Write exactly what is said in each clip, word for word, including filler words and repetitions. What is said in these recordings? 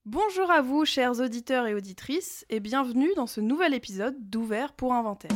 Bonjour à vous, chers auditeurs et auditrices, et bienvenue dans ce nouvel épisode d'Ouvert pour Inventaire.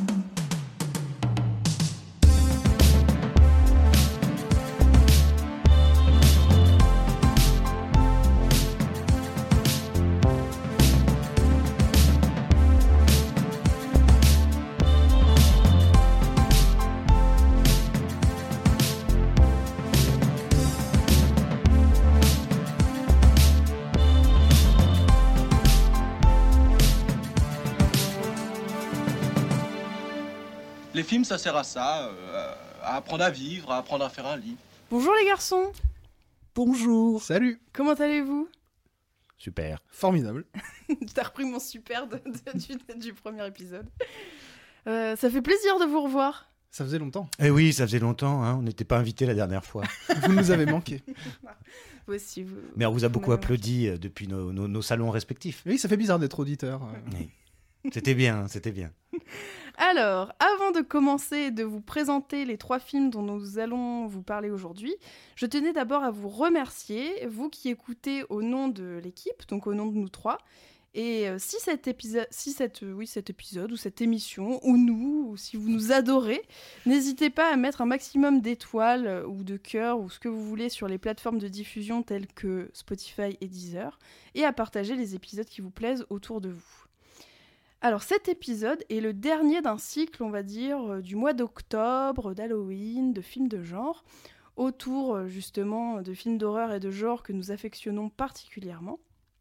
Les films, ça sert à ça, euh, à apprendre à vivre, à apprendre à faire un lit. Bonjour les garçons. Bonjour. Salut. Comment allez-vous? Super. Formidable. T'as repris mon super de, de, du, du premier épisode. Euh, ça fait plaisir de vous revoir. Ça faisait longtemps. Eh oui, ça faisait longtemps, hein. On n'était pas invités la dernière fois. Vous nous avez manqué. Vous aussi, vous... Mais on vous a beaucoup m'avez applaudi euh, depuis nos, nos, nos salons respectifs. Oui, ça fait bizarre d'être auditeur. Oui. C'était bien, c'était bien. Alors, avant de commencer et de vous présenter les trois films dont nous allons vous parler aujourd'hui, je tenais d'abord à vous remercier, vous qui écoutez au nom de l'équipe, donc au nom de nous trois. Et euh, si cet épisode, si cette, euh, oui, cet épisode ou cette émission, ou nous, ou si vous nous adorez, n'hésitez pas à mettre un maximum d'étoiles euh, ou de cœurs ou ce que vous voulez sur les plateformes de diffusion telles que Spotify et Deezer, et à partager les épisodes qui vous plaisent autour de vous. Alors cet épisode est le dernier d'un cycle, on va dire, euh, du mois d'octobre, d'Halloween, de films de genre, autour euh, justement de films d'horreur et de genre que nous affectionnons particulièrement.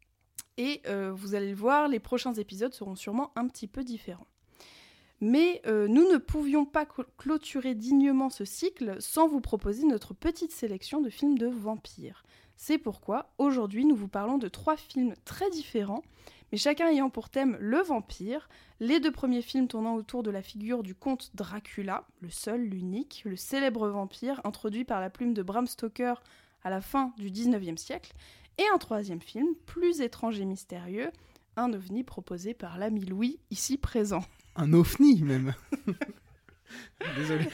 Et euh, vous allez le voir, les prochains épisodes seront sûrement un petit peu différents. Mais euh, nous ne pouvions pas cl- clôturer dignement ce cycle sans vous proposer notre petite sélection de films de vampires. C'est pourquoi, aujourd'hui, nous vous parlons de trois films très différents, mais chacun ayant pour thème le vampire, les deux premiers films tournant autour de la figure du comte Dracula, le seul, l'unique, le célèbre vampire introduit par la plume de Bram Stoker à la fin du dix-neuvième siècle, et un troisième film, plus étrange et mystérieux, un ovni proposé par l'ami Louis, ici présent. Un ovni, même. Désolé.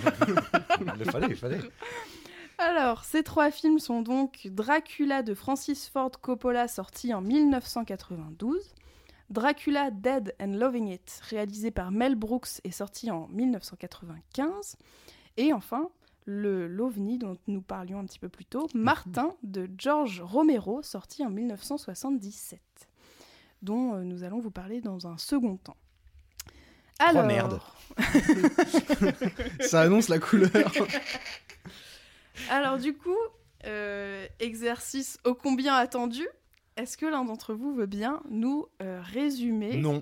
Il fallait, il fallait. Alors, ces trois films sont donc Dracula de Francis Ford Coppola, sorti en dix-neuf cent quatre-vingt-douze, Dracula Dead and Loving It, réalisé par Mel Brooks et sorti en dix-neuf cent quatre-vingt-quinze, et enfin, le l'OVNI dont nous parlions un petit peu plus tôt, Martin de George Romero, sorti en dix-neuf cent soixante-dix-sept, dont euh, nous allons vous parler dans un second temps. Alors... Oh merde. Ça annonce la couleur. Alors du coup, euh, exercice ô combien attendu, est-ce que l'un d'entre vous veut bien nous euh, résumer Non.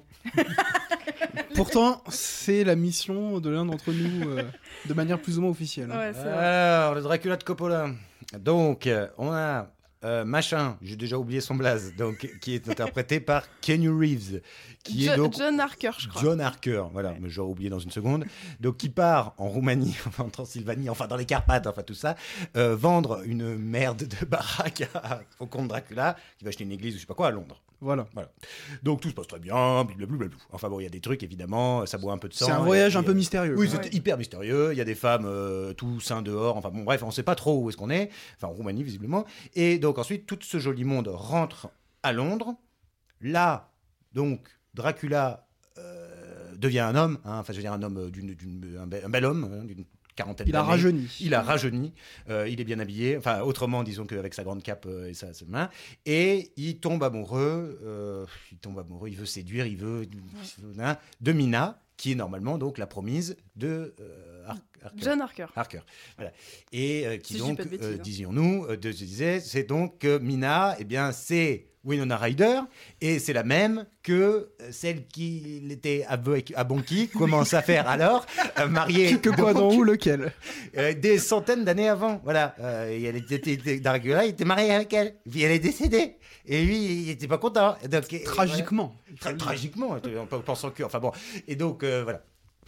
Pourtant, c'est la mission de l'un d'entre nous, euh, de manière plus ou moins officielle. Ouais, c'est vrai. Alors, le Dracula de Coppola. Donc, euh, on a euh, Machin, j'ai déjà oublié son blaze, donc, qui est interprété par Keanu Reeves. Qui Jo- est donc... John Harker, je crois. John Harker, voilà, Ouais. mais j'aurais oublié dans une seconde. Donc, qui part en Roumanie, enfin en Transylvanie, enfin dans les Carpates, enfin tout ça, euh, vendre une merde de baraque à- au comte Dracula, qui va acheter une église ou je sais pas quoi à Londres. Voilà. Donc tout se passe très bien, blablabla. Enfin bon, il y a des trucs évidemment, ça boit un peu de sang. C'est un et voyage puis, un peu euh, mystérieux. Oui, quoi. c'est Ouais. hyper mystérieux. Il y a des femmes euh, tout seins dehors. Enfin bon, bref, on sait pas trop où est-ce qu'on est. Enfin, en Roumanie visiblement. Et donc ensuite, tout ce joli monde rentre à Londres. Là, donc Dracula euh, devient un homme. Hein, enfin, je veux dire un homme d'une, d'une un, bel, un bel homme hein, d'une quarantaine Il a d'années. rajeuni. Il a rajeuni, euh, il est bien habillé, enfin autrement disons qu'avec sa grande cape euh, et sa, sa main, et il tombe amoureux, euh, il tombe amoureux, il veut séduire, il veut hein, de Mina, qui est normalement donc la promise de euh, Har- Harker. John Harker. Harker, voilà. Et euh, qui Si je dis donc, pas de bêtises, euh, hein. disions-nous, euh, de, je disais, c'est donc que Mina, eh bien c'est Winona Ryder, et c'est la même que celle qui était à, Bo- à Bonky commence à faire alors, euh, mariée Que quoi, dans donc, où, lequel? euh, des centaines d'années avant. Voilà, euh, et elle était, était Dracula, il était marié avec elle, puis elle est décédée, et lui il était pas content. Donc, et- Tragiquement. voilà. Tra- tragiquement, en pensant que, enfin bon, et donc euh, voilà.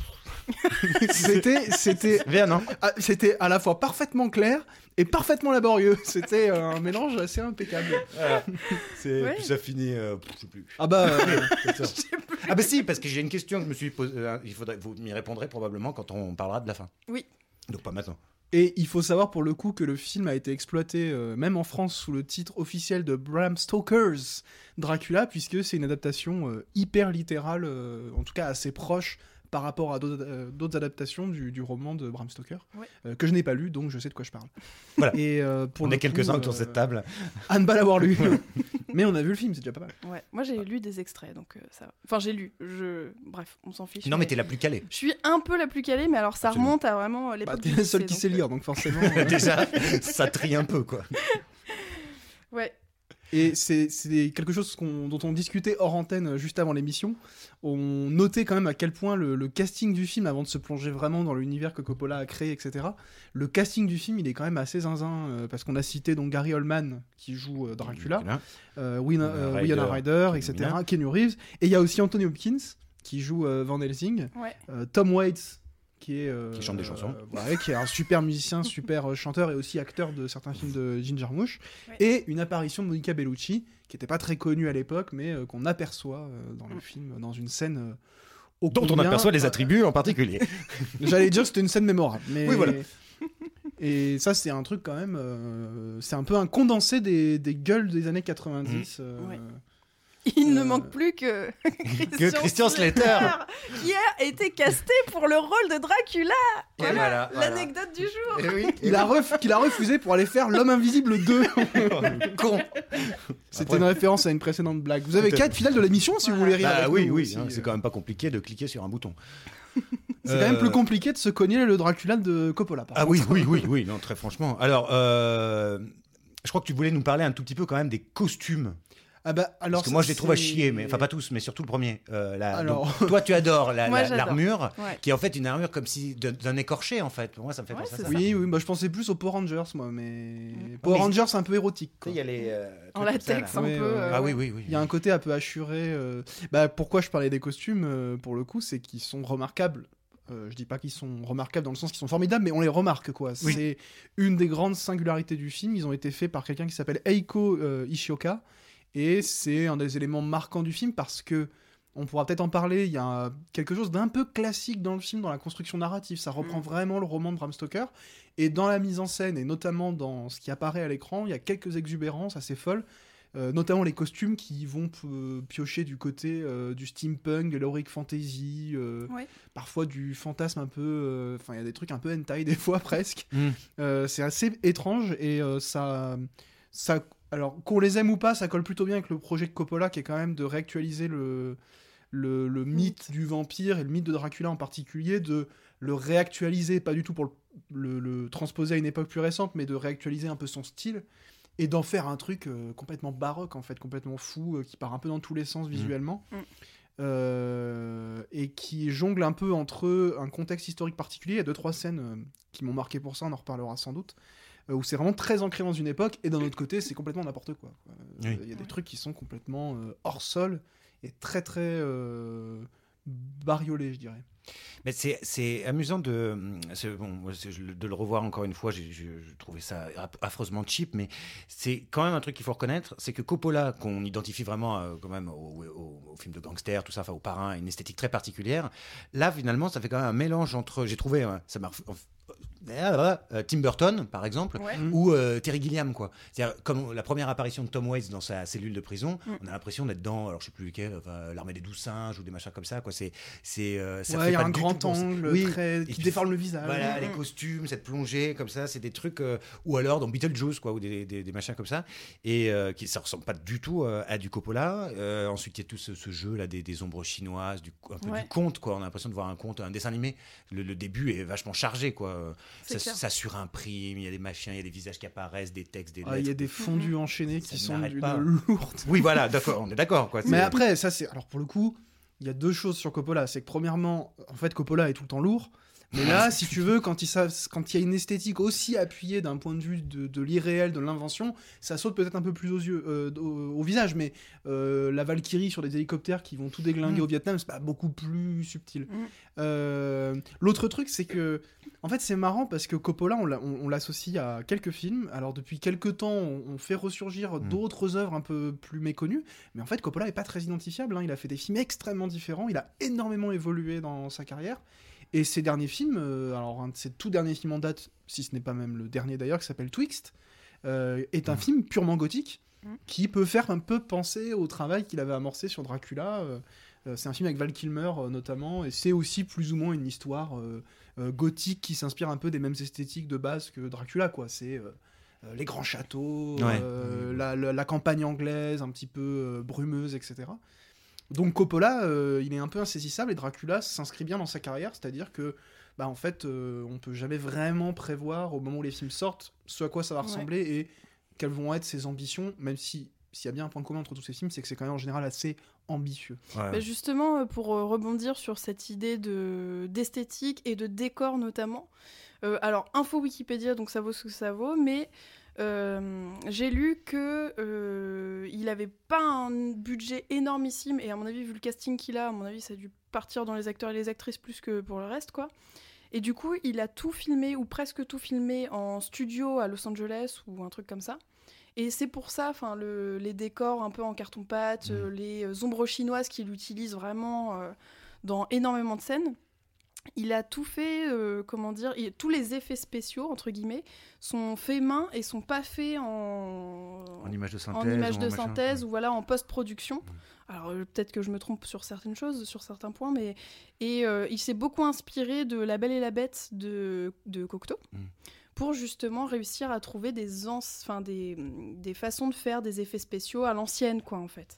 C'était, c'était, Bien, non? ah, c'était à la fois parfaitement clair et parfaitement laborieux. C'était euh, un mélange assez impeccable. Voilà. C'est, Ouais. puis ça finit, euh, je sais plus. Ah bah, euh, C'est ça. Ah bah si, parce que j'ai une question que je me suis posée. euh, il faudrait, vous m'y répondrez probablement quand on parlera de la fin. Oui. Donc pas maintenant. Et il faut savoir pour le coup que le film a été exploité euh, même en France sous le titre officiel de Bram Stoker's Dracula, puisque c'est une adaptation euh, hyper littérale, euh, en tout cas assez proche par rapport à d'autres, euh, d'autres adaptations du, du roman de Bram Stoker, Ouais. euh, que je n'ai pas lu, donc je sais de quoi je parle. Voilà. Et, euh, pour On le est quelques-uns coup, autour de euh, cette table. à ne pas l'avoir lu. Mais on a vu le film, c'est déjà pas mal. Ouais. Moi, j'ai lu des extraits, donc euh, ça va. Enfin, j'ai lu. Je... Bref, on s'en fiche. Non, mais t'es la plus calée. Je suis un peu la plus calée, mais alors ça Absolument. remonte à vraiment euh, l'époque Bah, t'es du la seule lycée, qui donc, sait euh, lire, donc forcément. euh, Déjà, ça trie un peu, quoi. Ouais. Et c'est, c'est quelque chose qu'on, dont on discutait hors antenne euh, juste avant l'émission. On notait quand même à quel point le, le casting du film, avant de se plonger vraiment dans l'univers que Coppola a créé, et cetera, le casting du film, il est quand même assez zinzin, euh, parce qu'on a cité donc Gary Oldman, qui joue euh, Dracula, euh, Win- euh, Ryder, Winona Ryder, Keanu et cetera, Reeves. Keanu Reeves. Et il y a aussi Anthony Hopkins, qui joue euh, Van Helsing, Ouais. euh, Tom Waits, qui est euh, Qui chante des chansons. euh, ouais, qui est un super musicien, super euh, chanteur et aussi acteur de certains films de Ginger Jarmusch, Ouais. et une apparition de Monica Bellucci qui n'était pas très connue à l'époque, mais euh, qu'on aperçoit euh, dans le Mm. film, dans une scène euh, ô Dont on combien- aperçoit les attributs en particulier. J'allais dire que c'était une scène mémorable, mais Oui, voilà. et ça c'est un truc quand même, euh, c'est un peu un condensé des, des gueules des années quatre-vingt-dix. euh, Ouais. Il ne Euh, manque plus que Que Christian Slater. qui a été casté pour le rôle de Dracula. Et Voilà, voilà, voilà. l'anecdote du jour. Eh oui, Il a, ref- qu'il a refusé pour aller faire L'Homme Invisible deux. con. C'était Après- une référence à une précédente blague. Vous avez Peut-être. quatre finales de l'émission si vous Voilà. voulez rire. Bah avec oui, nous oui, aussi. hein, c'est quand même pas compliqué de cliquer sur un bouton. C'est quand même Euh, plus compliqué de se cogner le Dracula de Coppola. Par Ah contre. oui, oui, oui, oui, non, très franchement. Alors, euh, je crois que tu voulais nous parler un tout petit peu quand même des costumes. Ah bah, alors Parce que moi, je les trouve à c'est- chier, mais enfin pas tous, mais surtout le premier. Euh, la- Alors- donc, toi, tu adores la- Moi, la- j'adore. l'armure, Ouais. qui est en fait une armure comme si d'un d'un écorché en fait. Pour moi, ça me fait Ouais, penser à c'est ça. ça. Oui, oui, bah, je pensais plus aux Power Rangers, moi, mais Mm. Power Mais- Rangers un peu érotique. Tu Quoi. sais, il y a les euh, En trucs comme ça, latex là. un Ouais, peu. ouais. euh, Ah oui, oui, oui. Il y a un côté un peu assuré. euh, Bah, pourquoi je parlais des costumes, euh, pour le coup, c'est qu'ils sont remarquables. Euh, je dis pas qu'ils sont remarquables dans le sens qu'ils sont formidables, mais on les remarque, quoi. Oui. C'est une des grandes singularités du film. Ils ont été faits par quelqu'un qui s'appelle Eiko euh, Ishioka, et c'est un des éléments marquants du film parce que on pourra peut-être en parler. Il y a quelque chose d'un peu classique dans le film, dans la construction narrative. Ça reprend Mm. vraiment le roman de Bram Stoker, et dans la mise en scène et notamment dans ce qui apparaît à l'écran, il y a quelques exubérances assez folles. Euh, notamment les costumes qui vont p- piocher du côté euh, du steampunk, de l'heroic fantasy, euh, Ouais. parfois du fantasme un peu... Enfin, il y a des trucs un peu hentai des fois, presque. Mm. Euh, c'est assez étrange, et euh, ça, ça... Alors, qu'on les aime ou pas, ça colle plutôt bien avec le projet de Coppola, qui est quand même de réactualiser le, le, le mythe du vampire, et le mythe de Dracula en particulier, de le réactualiser, pas du tout pour le, le- le transposer à une époque plus récente, mais de réactualiser un peu son style, et d'en faire un truc euh, complètement baroque, en fait, complètement fou, euh, qui part un peu dans tous les sens visuellement, Mm. Euh, et qui jongle un peu entre un contexte historique particulier. Il y a deux, trois scènes euh, qui m'ont marqué pour ça, on en reparlera sans doute, euh, où c'est vraiment très ancré dans une époque, et d'un autre côté, c'est complètement n'importe quoi. quoi. Euh, Oui. Il y a des trucs qui sont complètement euh, hors sol, et très, très euh, bariolés, je dirais. Mais c'est, c'est amusant de, c'est, bon, moi, c'est- de le revoir encore une fois. J'ai, j'ai- je trouvais ça affreusement cheap, mais c'est quand même un truc qu'il faut reconnaître, c'est que Coppola, qu'on identifie vraiment euh, quand même au, au, au film de gangster, tout ça, enfin au parrain, une esthétique très particulière. Là, finalement, ça fait quand même un mélange entre, j'ai trouvé, hein, ça m'a, euh, Tim Burton, par exemple, Ouais. Mm. ou euh, Terry Gilliam, quoi. C'est-à-dire, comme la première apparition de Tom Waits dans sa cellule de prison, Mm. on a l'impression d'être dans, alors je sais plus lequel, enfin, l'armée des douze singes ou des machins comme ça, quoi. C'est, c'est, euh, ça Ouais, fait il y a pas un du grand tout penser- angle Oui. très... Et qui puis, déforme le visage. Voilà, Mm. les costumes, cette plongée comme ça, c'est des trucs, euh, ou alors dans Beetlejuice, quoi, ou des, des, des machins comme ça, et euh, qui ça ressemble pas du tout euh, à du Coppola. Euh, ensuite, il y a tout ce, ce jeu là des, des ombres chinoises, du, un peu Ouais. du conte, quoi. On a l'impression de voir un conte, un dessin animé. Le, le début est vachement chargé, quoi. C'est Ça, clair. ça surimprime, il y a des machins, il y a des visages qui apparaissent, des textes, des Ah, il y lettres. a des fondus enchaînés Ça qui sont n'arrête d'une pas. lourde. Oui, voilà, d'accord, on est d'accord, quoi. Mais C'est- après, ça c'est. Alors pour le coup, il y a deux choses sur Coppola. C'est que premièrement, en fait, Coppola est tout le temps lourd. Mais là, si tu veux, quand il, sa- quand il y a une esthétique aussi appuyée d'un point de vue de, de l'irréel, de l'invention, ça saute peut-être un peu plus aux yeux, euh, au, au visage. Mais euh, la Valkyrie sur des hélicoptères qui vont tout déglinguer Mm. au Vietnam, c'est pas beaucoup plus subtil. Mm. Euh, L'autre truc, c'est que, en fait, c'est marrant parce que Coppola, on l'a- on- on l'associe à quelques films. Alors depuis quelques temps, on, on fait ressurgir Mm. d'autres œuvres un peu plus méconnues. Mais en fait, Coppola est pas très identifiable. hein. Il a fait des films extrêmement différents. Il a énormément évolué dans sa carrière. Et ses derniers films, euh, alors un de ses tout derniers films en date, si ce n'est pas même le dernier d'ailleurs, qui s'appelle Twixt, euh, est un mmh. film purement gothique mmh. qui peut faire un peu penser au travail qu'il avait amorcé sur Dracula. Euh, euh, c'est un film avec Val Kilmer euh, notamment, et c'est aussi plus ou moins une histoire euh, euh, gothique qui s'inspire un peu des mêmes esthétiques de base que Dracula, quoi. C'est euh, euh, les grands châteaux, ouais. euh, mmh. la, la, la campagne anglaise un petit peu euh, brumeuse, et cetera. Donc Coppola, euh, il est un peu insaisissable et Dracula s'inscrit bien dans sa carrière, c'est-à-dire que, bah en fait, euh, on peut jamais vraiment prévoir au moment où les films sortent ce à quoi ça va ressembler ouais. et quelles vont être ses ambitions, même si s'il y a bien un point commun entre tous ces films, c'est que c'est quand même en général assez ambitieux. Ouais. Bah justement, pour rebondir sur cette idée de d'esthétique et de décor notamment, euh, alors info Wikipédia, donc ça vaut ce que ça vaut, mais Euh, j'ai lu que euh, il avait pas un budget énormissime et à mon avis vu le casting qu'il a, à mon avis ça a dû partir dans les acteurs et les actrices plus que pour le reste quoi. Et du coup il a tout filmé ou presque tout filmé en studio à Los Angeles ou un truc comme ça. Et c'est pour ça, enfin le, les décors un peu en carton-pâte, mmh. euh, les ombres chinoises qu'il utilise vraiment euh, dans énormément de scènes. Il a tout fait, euh, comment dire, il, tous les effets spéciaux, entre guillemets, sont faits main et sont pas faits en, en image de synthèse, en image de en synthèse machin, ou voilà, en post-production. Mmh. Alors euh, peut-être que je me trompe sur certaines choses, sur certains points, mais et euh, il s'est beaucoup inspiré de La Belle et la Bête de, de Cocteau. Mmh. Pour justement réussir à trouver des, ans, des, des façons de faire des effets spéciaux à l'ancienne, quoi, en fait.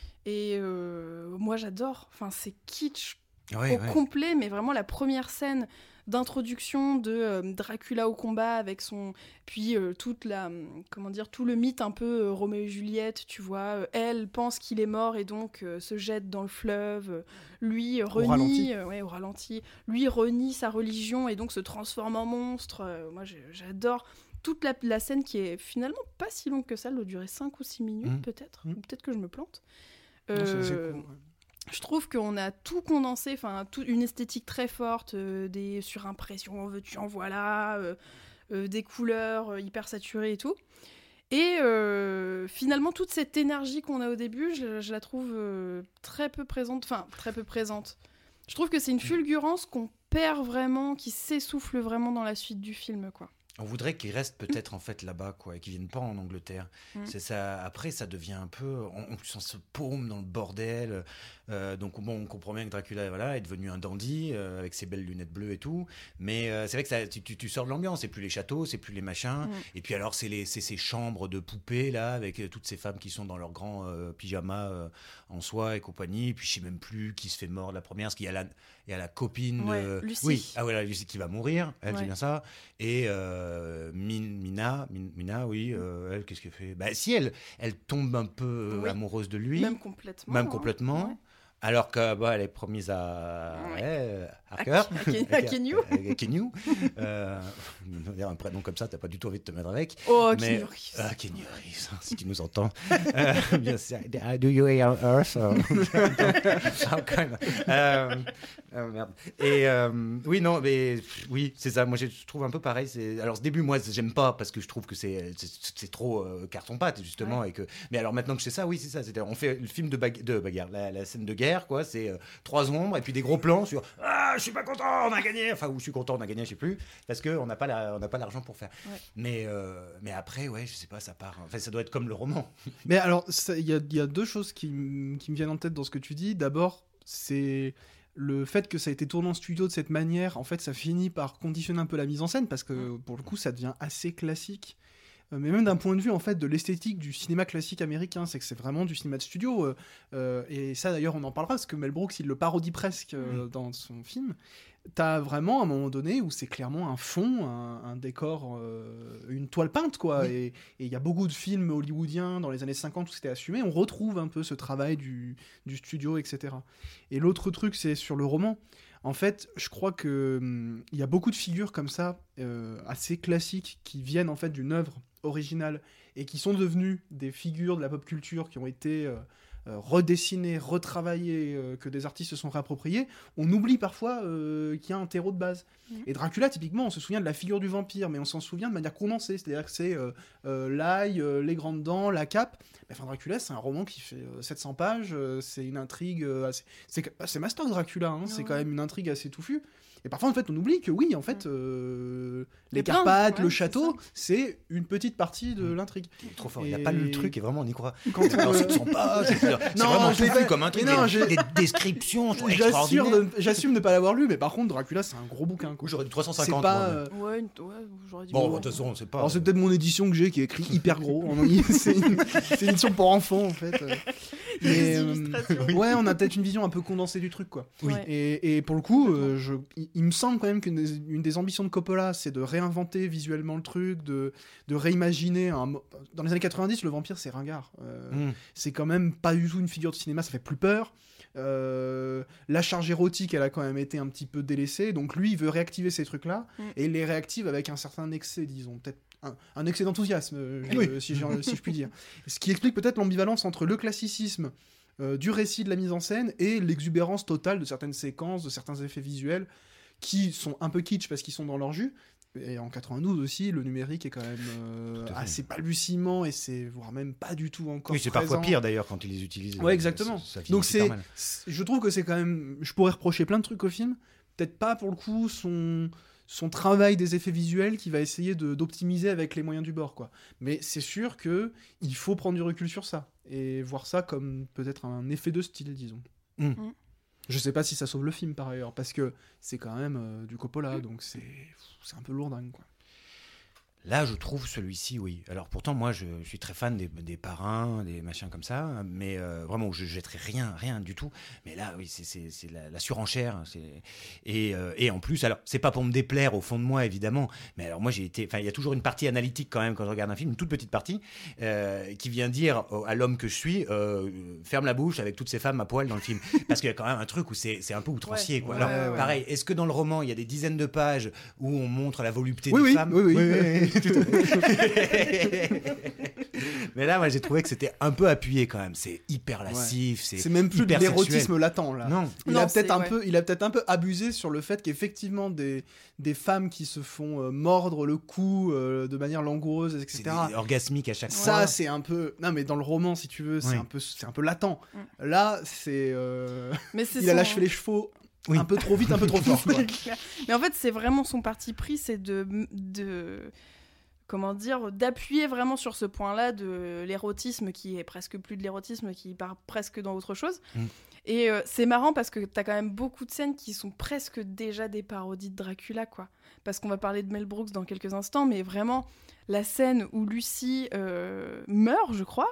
Et euh, moi, j'adore. Enfin, c'est kitsch ouais, au ouais. complet, mais vraiment la première scène d'introduction de euh, Dracula au combat avec son... Puis euh, toute la... Comment dire, tout le mythe un peu euh, Roméo et Juliette, tu vois. Euh, elle pense qu'il est mort et donc euh, se jette dans le fleuve. Euh, lui euh, renie... Au ralenti. Euh, ouais, au ralenti. Lui renie sa religion et donc se transforme en monstre. Euh, moi, j'adore toute la, la scène qui est finalement pas si longue que ça. Elle doit durer cinq ou six minutes, mmh. peut-être. Mmh. Ou peut-être que je me plante. Euh, non, c'est, c'est cool, ouais. Je trouve qu'on a tout condensé, enfin une esthétique très forte, euh, des surimpressions, veux-tu en voilà, euh, euh, des couleurs euh, hyper saturées et tout. Et euh, finalement, toute cette énergie qu'on a au début, je, je la trouve euh, très peu présente. Enfin, très peu présente. Je trouve que c'est une fulgurance qu'on perd vraiment, qui s'essouffle vraiment dans la suite du film, quoi. On voudrait qu'ils restent peut-être en fait là-bas, quoi, et qu'ils viennent pas en Angleterre. Mm. C'est ça. Après, ça devient un peu, on, on se paume dans le bordel. Euh, donc bon, on comprend bien que Dracula, voilà, est devenu un dandy euh, avec ses belles lunettes bleues et tout. Mais euh, c'est vrai que ça, tu, tu, tu sors de l'ambiance. C'est plus les châteaux, c'est plus les machins. Mm. Et puis alors, c'est, les, c'est ces chambres de poupées là, avec euh, toutes ces femmes qui sont dans leurs grands euh, pyjamas euh, en soie et compagnie. Et puis je sais même plus qui se fait mordre la première, parce qu'il y a la, il y a la copine, ouais, de... Lucie. Oui, ah voilà, Lucie qui va mourir. Elle, ouais. C'est bien ça. Et euh, Euh, Mina, Mina, oui, euh, elle, qu'est-ce qu'elle fait ? Bah, si elle, elle tombe un peu oui. amoureuse de lui, même complètement, même complètement, hein. Ouais. Alors que bah, elle est promise à ouais, Harker, à Kenyu, à Kenyu. Euh, un prénom comme ça, t'as pas du tout envie de te mettre avec. Oh, mais Kenyu Reeves. Ah, Kenyu Reeves, si tu nous entends. euh, bien sûr. Do you hear us? euh, euh, merde. Et euh, oui, non, mais oui, c'est ça. Moi, je trouve un peu pareil. C'est... Alors, ce début, moi, j'aime pas parce que je trouve que c'est, c'est, c'est trop euh, carton-pâte, justement. Ouais. Et que... Mais alors, maintenant que je sais ça, oui, c'est ça. C'est-à-dire, on fait le film de, bag... de bagarre, la, la scène de guerre, quoi. C'est euh, trois ombres et puis des gros plans sur ah, je suis pas content, on a gagné. Enfin, ou je suis content, on a gagné, je sais plus. Parce qu'on n'a pas, la... on n'a pas l'argent pour faire. Ouais. Mais, euh, mais après, ouais, je sais pas, ça part. Enfin, ça doit être comme le roman. Mais alors, il y a, y a deux choses qui, m- qui me viennent en tête dans ce que tu dis. D'abord, c'est le fait que ça a été tourné en studio de cette manière. En fait, ça finit par conditionner un peu la mise en scène parce que pour le coup, ça devient assez classique. Mais même d'un point de vue en fait de l'esthétique du cinéma classique américain, c'est que c'est vraiment du cinéma de studio. Euh, euh, et ça d'ailleurs, on en parlera parce que Mel Brooks il le parodie presque euh, mmh. dans son film. T'as vraiment un moment donné où c'est clairement un fond, un, un décor, euh, une toile peinte, quoi. Oui. Et il y a beaucoup de films hollywoodiens dans les années cinquante où c'était assumé. On retrouve un peu ce travail du, du studio, et cetera. Et l'autre truc, c'est sur le roman. En fait, je crois que hum, y a beaucoup de figures comme ça, euh, assez classiques, qui viennent en fait d'une œuvre originale et qui sont devenues des figures de la pop culture qui ont été... Euh, euh, redessinés, retravaillés, euh, que des artistes se sont réappropriés, on oublie parfois euh, qu'il y a un terreau de base. Mmh. Et Dracula, typiquement, on se souvient de la figure du vampire, mais on s'en souvient de manière condensée, c'est-à-dire que c'est euh, euh, l'ail, euh, les grandes dents, la cape. Mais enfin, Dracula, c'est un roman qui fait euh, sept cents pages, euh, c'est une intrigue euh, assez... C'est, c'est mastoc, Dracula, hein, c'est quand même une intrigue assez touffue. Et parfois, en fait, on oublie que oui, en fait, euh, les, les Carpates, ouais, le château, c'est, c'est une petite partie de l'intrigue. Il est trop fort, et... il n'a pas lu le truc et vraiment on y croit. Quand on ne sent pas, c'est, c'est non, vraiment tout vu comme intrigue. Non, j'ai... Des descriptions sont j'assume de, j'assume de ne pas l'avoir lu, mais par contre, Dracula, c'est un gros bouquin. Quoi. J'aurais dit trois cent cinquante. C'est pas... Euh... Ouais, ouais, j'aurais dit... Bon, de toute façon, c'est pas... Alors, c'est peut-être mon édition que j'ai qui est écrit hyper gros. c'est, une... c'est une édition pour enfants, en fait. Mais, euh, ouais, on a peut-être une vision un peu condensée du truc, quoi. Oui. Et, et pour le coup, euh, je, il, il me semble quand même qu'une des, une des ambitions de Coppola, c'est de réinventer visuellement le truc, de, de réimaginer. Un... Dans les années quatre-vingt-dix, le vampire, c'est ringard. Euh, mm. C'est quand même pas du tout une figure de cinéma, ça fait plus peur. Euh, la charge érotique, elle a quand même été un petit peu délaissée. Donc lui, il veut réactiver ces trucs-là mm. et il les réactive avec un certain excès, disons. Peut-être un, un excès d'enthousiasme, je, oui. si, je, si je puis dire. Ce qui explique peut-être l'ambivalence entre le classicisme euh, du récit, de la mise en scène, et l'exubérance totale de certaines séquences, de certains effets visuels qui sont un peu kitsch parce qu'ils sont dans leur jus. Et en quatre-vingt-douze aussi, le numérique est quand même euh, assez balbutiement et c'est voire même pas du tout encore. Oui, c'est présent. parfois pire d'ailleurs quand ils les utilisent. Ouais, exactement. Ça, ça Donc c'est, c'est, je trouve que c'est quand même. Je pourrais reprocher plein de trucs au film. Peut-être pas pour le coup son son travail des effets visuels qui va essayer de, d'optimiser avec les moyens du bord, quoi. Mais c'est sûr que il faut prendre du recul sur ça et voir ça comme peut-être un effet de style, disons. Mm. Mm. Je sais pas si ça sauve le film par ailleurs, parce que c'est quand même euh, du Coppola, donc c'est, c'est un peu lourdingue, quoi. Là, je trouve celui-ci, oui. Alors pourtant, moi, je, je suis très fan des, des parrains, des machins comme ça, mais euh, vraiment, je jetterai rien, rien du tout. Mais là, oui, c'est, c'est, c'est la, la surenchère. C'est... Et, euh, et en plus, alors, c'est pas pour me déplaire au fond de moi, évidemment, mais alors moi, j'ai été... Enfin, il y a toujours une partie analytique quand même quand je regarde un film, une toute petite partie, euh, qui vient dire à l'homme que je suis, euh, ferme la bouche avec toutes ces femmes à poil dans le film. Parce qu'il y a quand même un truc où c'est, c'est un peu outrancier, ouais, quoi. Ouais, alors, ouais, pareil, est-ce que dans le roman, il y a des dizaines de pages où on montre la volupté oui, des oui, femmes? Oui, oui, oui. oui, oui. Mais là, moi, j'ai trouvé que c'était un peu appuyé quand même. C'est hyper lascif, ouais. c'est, c'est même plus de l'érotisme latent là. Non. Il non, a peut-être un ouais. peu, il a peut-être un peu abusé sur le fait qu'effectivement des des femmes qui se font euh, mordre le cou euh, de manière langoureuse, et cetera. C'est orgasmique à chaque Ça, fois. Ça, c'est un peu. Non, mais dans le roman, si tu veux, c'est oui. un peu, c'est un peu latent. Mm. Là, c'est. Euh... Mais c'est il son... a lâché les chevaux. Oui. Un peu trop vite, un peu trop fort. Quoi. Mais en fait, c'est vraiment son parti pris, c'est de, de comment dire, d'appuyer vraiment sur ce point-là de l'érotisme qui est presque plus de l'érotisme, qui part presque dans autre chose. Mm. Et euh, c'est marrant parce que t'as quand même beaucoup de scènes qui sont presque déjà des parodies de Dracula, quoi. Parce qu'on va parler de Mel Brooks dans quelques instants, mais vraiment la scène où Lucy euh, meurt, je crois,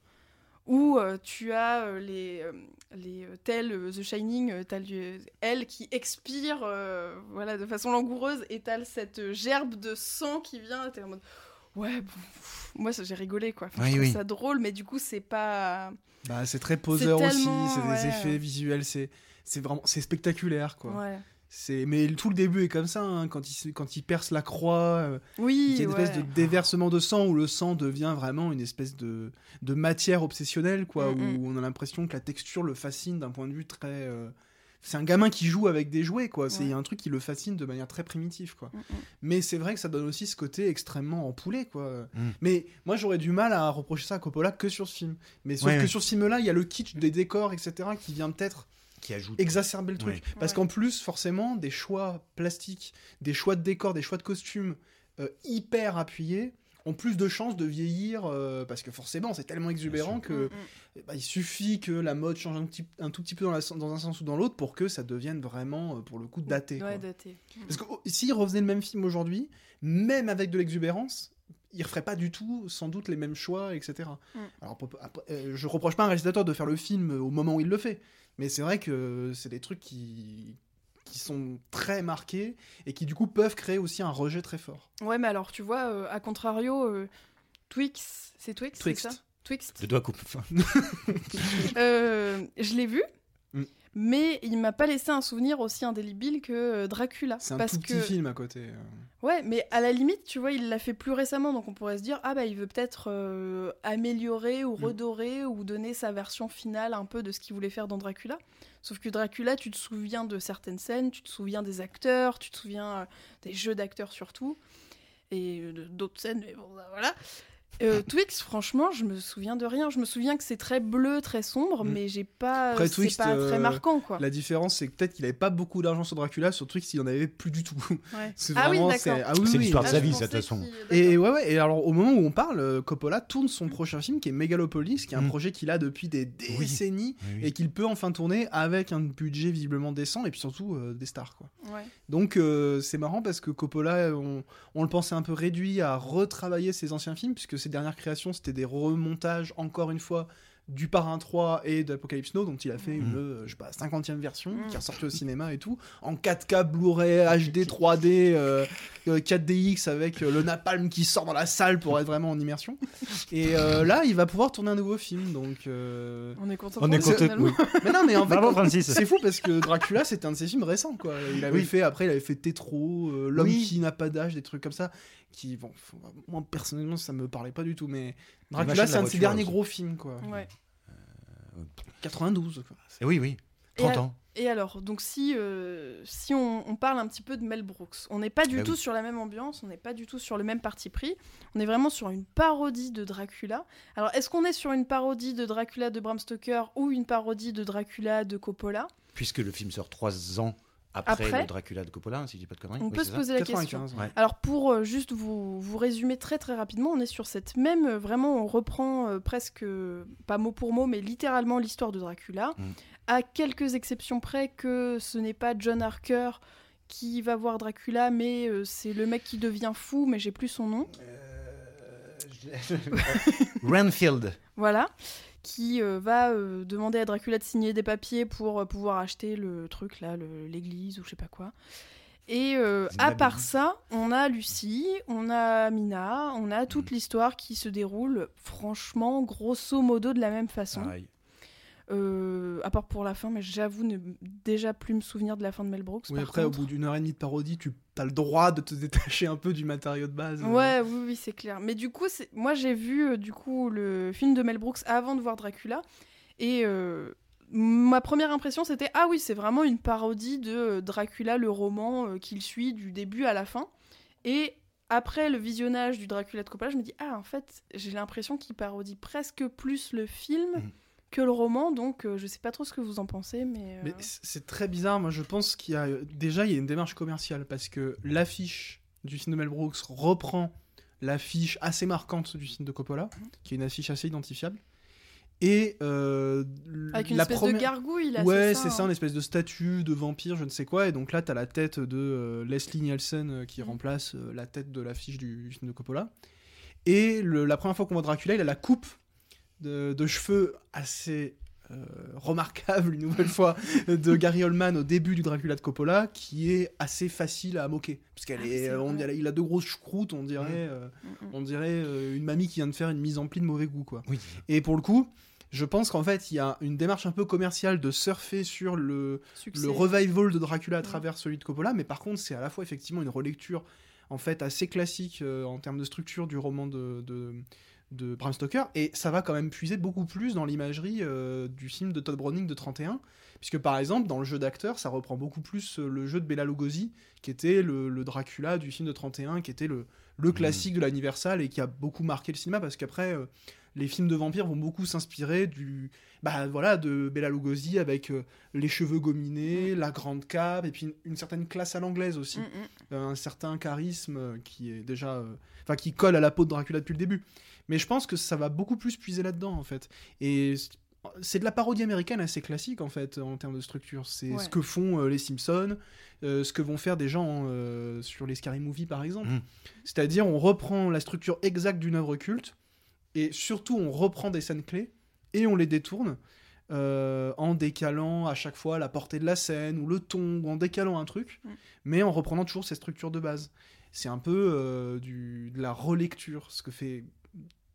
où euh, tu as euh, les, euh, les euh, tels euh, The Shining, euh, t'as le, elle qui expire euh, voilà, de façon langoureuse, et t'as cette gerbe de sang qui vient, et t'es en mode ouais, bon, pff, moi ça, j'ai rigolé, quoi. Enfin, oui, je trouve oui. ça drôle, mais du coup c'est pas... Bah, c'est très poseur c'est tellement, aussi, c'est ouais. des effets visuels, c'est, c'est vraiment c'est spectaculaire, quoi. Ouais. C'est... Mais tout le début est comme ça, hein, quand, il, quand il perce la croix, euh, oui, il y a une ouais. espèce de déversement de sang où le sang devient vraiment une espèce de, de matière obsessionnelle, quoi, mm-hmm. où on a l'impression que la texture le fascine d'un point de vue très... Euh... C'est un gamin qui joue avec des jouets, quoi. Il ouais. y a un truc qui le fascine de manière très primitive, quoi. Mm-hmm. Mais c'est vrai que ça donne aussi ce côté extrêmement empoulé, quoi. Mm. Mais moi, j'aurais du mal à reprocher ça à Coppola que sur ce film. Mais sauf ouais, que ouais. sur ce film-là, il y a le kitsch des décors, et cetera, qui vient peut-être... qui ajoute exacerber le truc. Ouais. Parce ouais. qu'en plus, forcément, des choix plastiques, des choix de décors, des choix de costumes euh, hyper appuyés ont plus de chances de vieillir, euh, parce que forcément, c'est tellement exubérant que mm-hmm. bah, il suffit que la mode change un, petit, un tout petit peu dans, la, dans un sens ou dans l'autre pour que ça devienne vraiment, euh, pour le coup, daté. Ouais, quoi. daté. Parce que oh, s'il refaisait le même film aujourd'hui, même avec de l'exubérance, il referait pas du tout, sans doute, les mêmes choix, et cetera. Mm. Alors, après, euh, je reproche pas à un réalisateur de faire le film au moment où il le fait, mais c'est vrai que c'est des trucs qui... qui sont très marqués et qui du coup peuvent créer aussi un rejet très fort. Ouais, mais alors tu vois, euh, à contrario, euh, Twix, c'est Twix, Twixt. c'est ça Twixt. Le doigt coupe. euh, je l'ai vu, mm. mais il m'a pas laissé un souvenir aussi indélébile que euh, Dracula. C'est un parce tout petit que... film à côté. euh. Ouais, mais à la limite, tu vois, il l'a fait plus récemment, donc on pourrait se dire, ah bah il veut peut-être euh, améliorer ou redorer ou donner sa version finale un peu de ce qu'il voulait faire dans Dracula. Sauf que Dracula, tu te souviens de certaines scènes, tu te souviens des acteurs, tu te souviens euh, des jeux d'acteurs surtout, et euh, de- d'autres scènes, mais bon, bah, voilà. Euh, Twix, franchement, je me souviens de rien. Je me souviens que c'est très bleu, très sombre, Mm. mais j'ai pas. Après, c'est Twixt, pas très euh, marquant, quoi. La différence, c'est que peut-être qu'il avait pas beaucoup d'argent sur Dracula, sur Twix, il en avait plus du tout. Ouais. C'est Ah oui, vraiment- d'accord. c'est- ah oui, C'est oui. l'histoire de Ah, sa je vie, ça, de pensais toute façon. qu'il- Et d'accord. ouais, ouais, et alors au moment où on parle, euh, Coppola tourne son prochain film qui est Megalopolis, qui est un Mm. projet qu'il a depuis des Oui. décennies Oui, oui. et qu'il peut enfin tourner avec un budget visiblement décent et puis surtout euh, des stars, quoi. Ouais. Donc euh, c'est marrant parce que Coppola, on, on le pensait un peu réduit à retravailler ses anciens films, puisque ses dernières créations c'était des remontages, encore une fois, du Parrain trois et d'Apocalypse Now, dont il a fait une, euh, je sais pas, cinquantième version, Mm. qui est ressortie au cinéma et tout, en quatre K, Blu-ray, H D, trois D, euh, euh, quatre D X, avec euh, le napalm qui sort dans la salle pour être vraiment en immersion. Et euh, là, il va pouvoir tourner un nouveau film, donc... euh, On est content. On pour est lui, content, finalement. oui. Mais non, mais en fait, Bravo, Francis. c'est fou parce que Dracula, c'était un de ses films récents, quoi. Il avait Oui. fait, après, il avait fait Tétro, euh, L'homme Oui. qui n'a pas d'âge, des trucs comme ça, qui, bon, faut- moi, personnellement, ça me parlait pas du tout, mais Le Dracula, machin de c'est la un de ses voiture, derniers aussi. gros films, quoi. Ouais. quatre-vingt-douze, quoi. Et oui, oui. Et trente à- ans. Et alors, donc si, euh, si on, on parle un petit peu de Mel Brooks, on n'est pas du Bah tout oui. sur la même ambiance, on n'est pas du tout sur le même parti pris, on est vraiment sur une parodie de Dracula. Alors, est-ce qu'on est sur une parodie de Dracula de Bram Stoker ou une parodie de Dracula de Coppola? Puisque le film sort trois ans après, Après le Dracula de Coppola, si je dis pas de conneries. On Oui, peut c'est se ça. poser la question. quatre-vingt-quinze, ouais. Ouais. Alors pour euh, juste vous, vous résumer très très rapidement, on est sur cette même, euh, vraiment on reprend euh, presque, euh, pas mot pour mot, mais littéralement l'histoire de Dracula, Mm. à quelques exceptions près que ce n'est pas John Harker qui va voir Dracula, mais euh, c'est le mec qui devient fou, mais j'ai plus son nom, Renfield. voilà, qui euh, va euh, demander à Dracula de signer des papiers pour euh, pouvoir acheter le truc là, le- l'église ou je sais pas quoi. Et euh, C'est une à part église. ça, on a Lucie, on a Mina, on a toute Mm. l'histoire qui se déroule, franchement, grosso modo de la même façon. Pareil. Euh, à part pour la fin, mais j'avoue ne déjà plus me souvenir de la fin de Mel Brooks. Oui, par après, contre. au bout d'une heure et demie de parodie, tu as le droit de te détacher un peu du matériau de base. euh. Ouais, oui, oui, c'est clair. Mais du coup, c'est- moi j'ai vu euh, du coup le film de Mel Brooks avant de voir Dracula, et euh, ma première impression c'était ah oui, c'est vraiment une parodie de euh, Dracula, le roman euh, qu'il suit du début à la fin. Et après le visionnage du Dracula de Coppola, je me dis ah en fait j'ai l'impression qu'il parodie presque plus le film Mhm. que le roman, donc euh, je sais pas trop ce que vous en pensez, mais, euh, Mais c- c'est très bizarre, moi je pense qu'il y a déjà il y a une démarche commerciale parce que l'affiche du film de Mel Brooks reprend l'affiche assez marquante du film de Coppola, qui est une affiche assez identifiable. Et euh, avec une la espèce première... de gargouille là. Ouais, c'est c'est ça. ça, hein. une espèce de statue de vampire, je ne sais quoi. Et donc là, t'as la tête de euh, Leslie Nielsen euh, qui Mm. remplace euh, la tête de l'affiche du, du film de Coppola. Et le- la première fois qu'on voit Dracula, il a la coupe de, de cheveux assez euh, remarquable, une nouvelle fois, de Gary Oldman au début du Dracula de Coppola, qui est assez facile à moquer. Parce qu'elle Ah, est, c'est euh, on vrai. dirait- il a deux grosses choucroutes, on dirait, Mm. euh, Mm, mm. on dirait euh, une mamie qui vient de faire une mise en pli de mauvais goût, quoi. Oui. Et pour le coup, je pense qu'en fait, il y a une démarche un peu commerciale de surfer sur le, Succès. le revival de Dracula à Ouais. travers celui de Coppola, mais par contre, c'est à la fois effectivement une relecture en fait assez classique euh, en termes de structure du roman de, de, de Bram Stoker, et ça va quand même puiser beaucoup plus dans l'imagerie euh, du film de Todd Browning de trente et un, puisque par exemple, dans le jeu d'acteur, ça reprend beaucoup plus euh, le jeu de Bela Lugosi, qui était le, le Dracula du film de trente et un, qui était le, le classique de la Universal et qui a beaucoup marqué le cinéma, parce qu'après... euh, les films de vampires vont beaucoup s'inspirer du bah voilà de Bela Lugosi avec euh, les cheveux gominés, la grande cape et puis une, une certaine classe à l'anglaise aussi, Mm, mm. Euh, un certain charisme euh, qui est déjà euh, enfin qui colle à la peau de Dracula depuis le début. Mais je pense que ça va beaucoup plus puiser là-dedans en fait. Et c- c'est de la parodie américaine assez classique en fait en termes de structure. C'est Ouais. ce que font euh, les Simpsons, euh, ce que vont faire des gens euh, sur les Scary Movie par exemple. Mm. C'est-à-dire on reprend la structure exacte d'une œuvre culte. Et surtout, on reprend des scènes clés et on les détourne euh, en décalant à chaque fois la portée de la scène ou le ton, ou en décalant un truc, Mm. mais en reprenant toujours ces structures de base. C'est un peu euh, du, de la relecture, ce que fait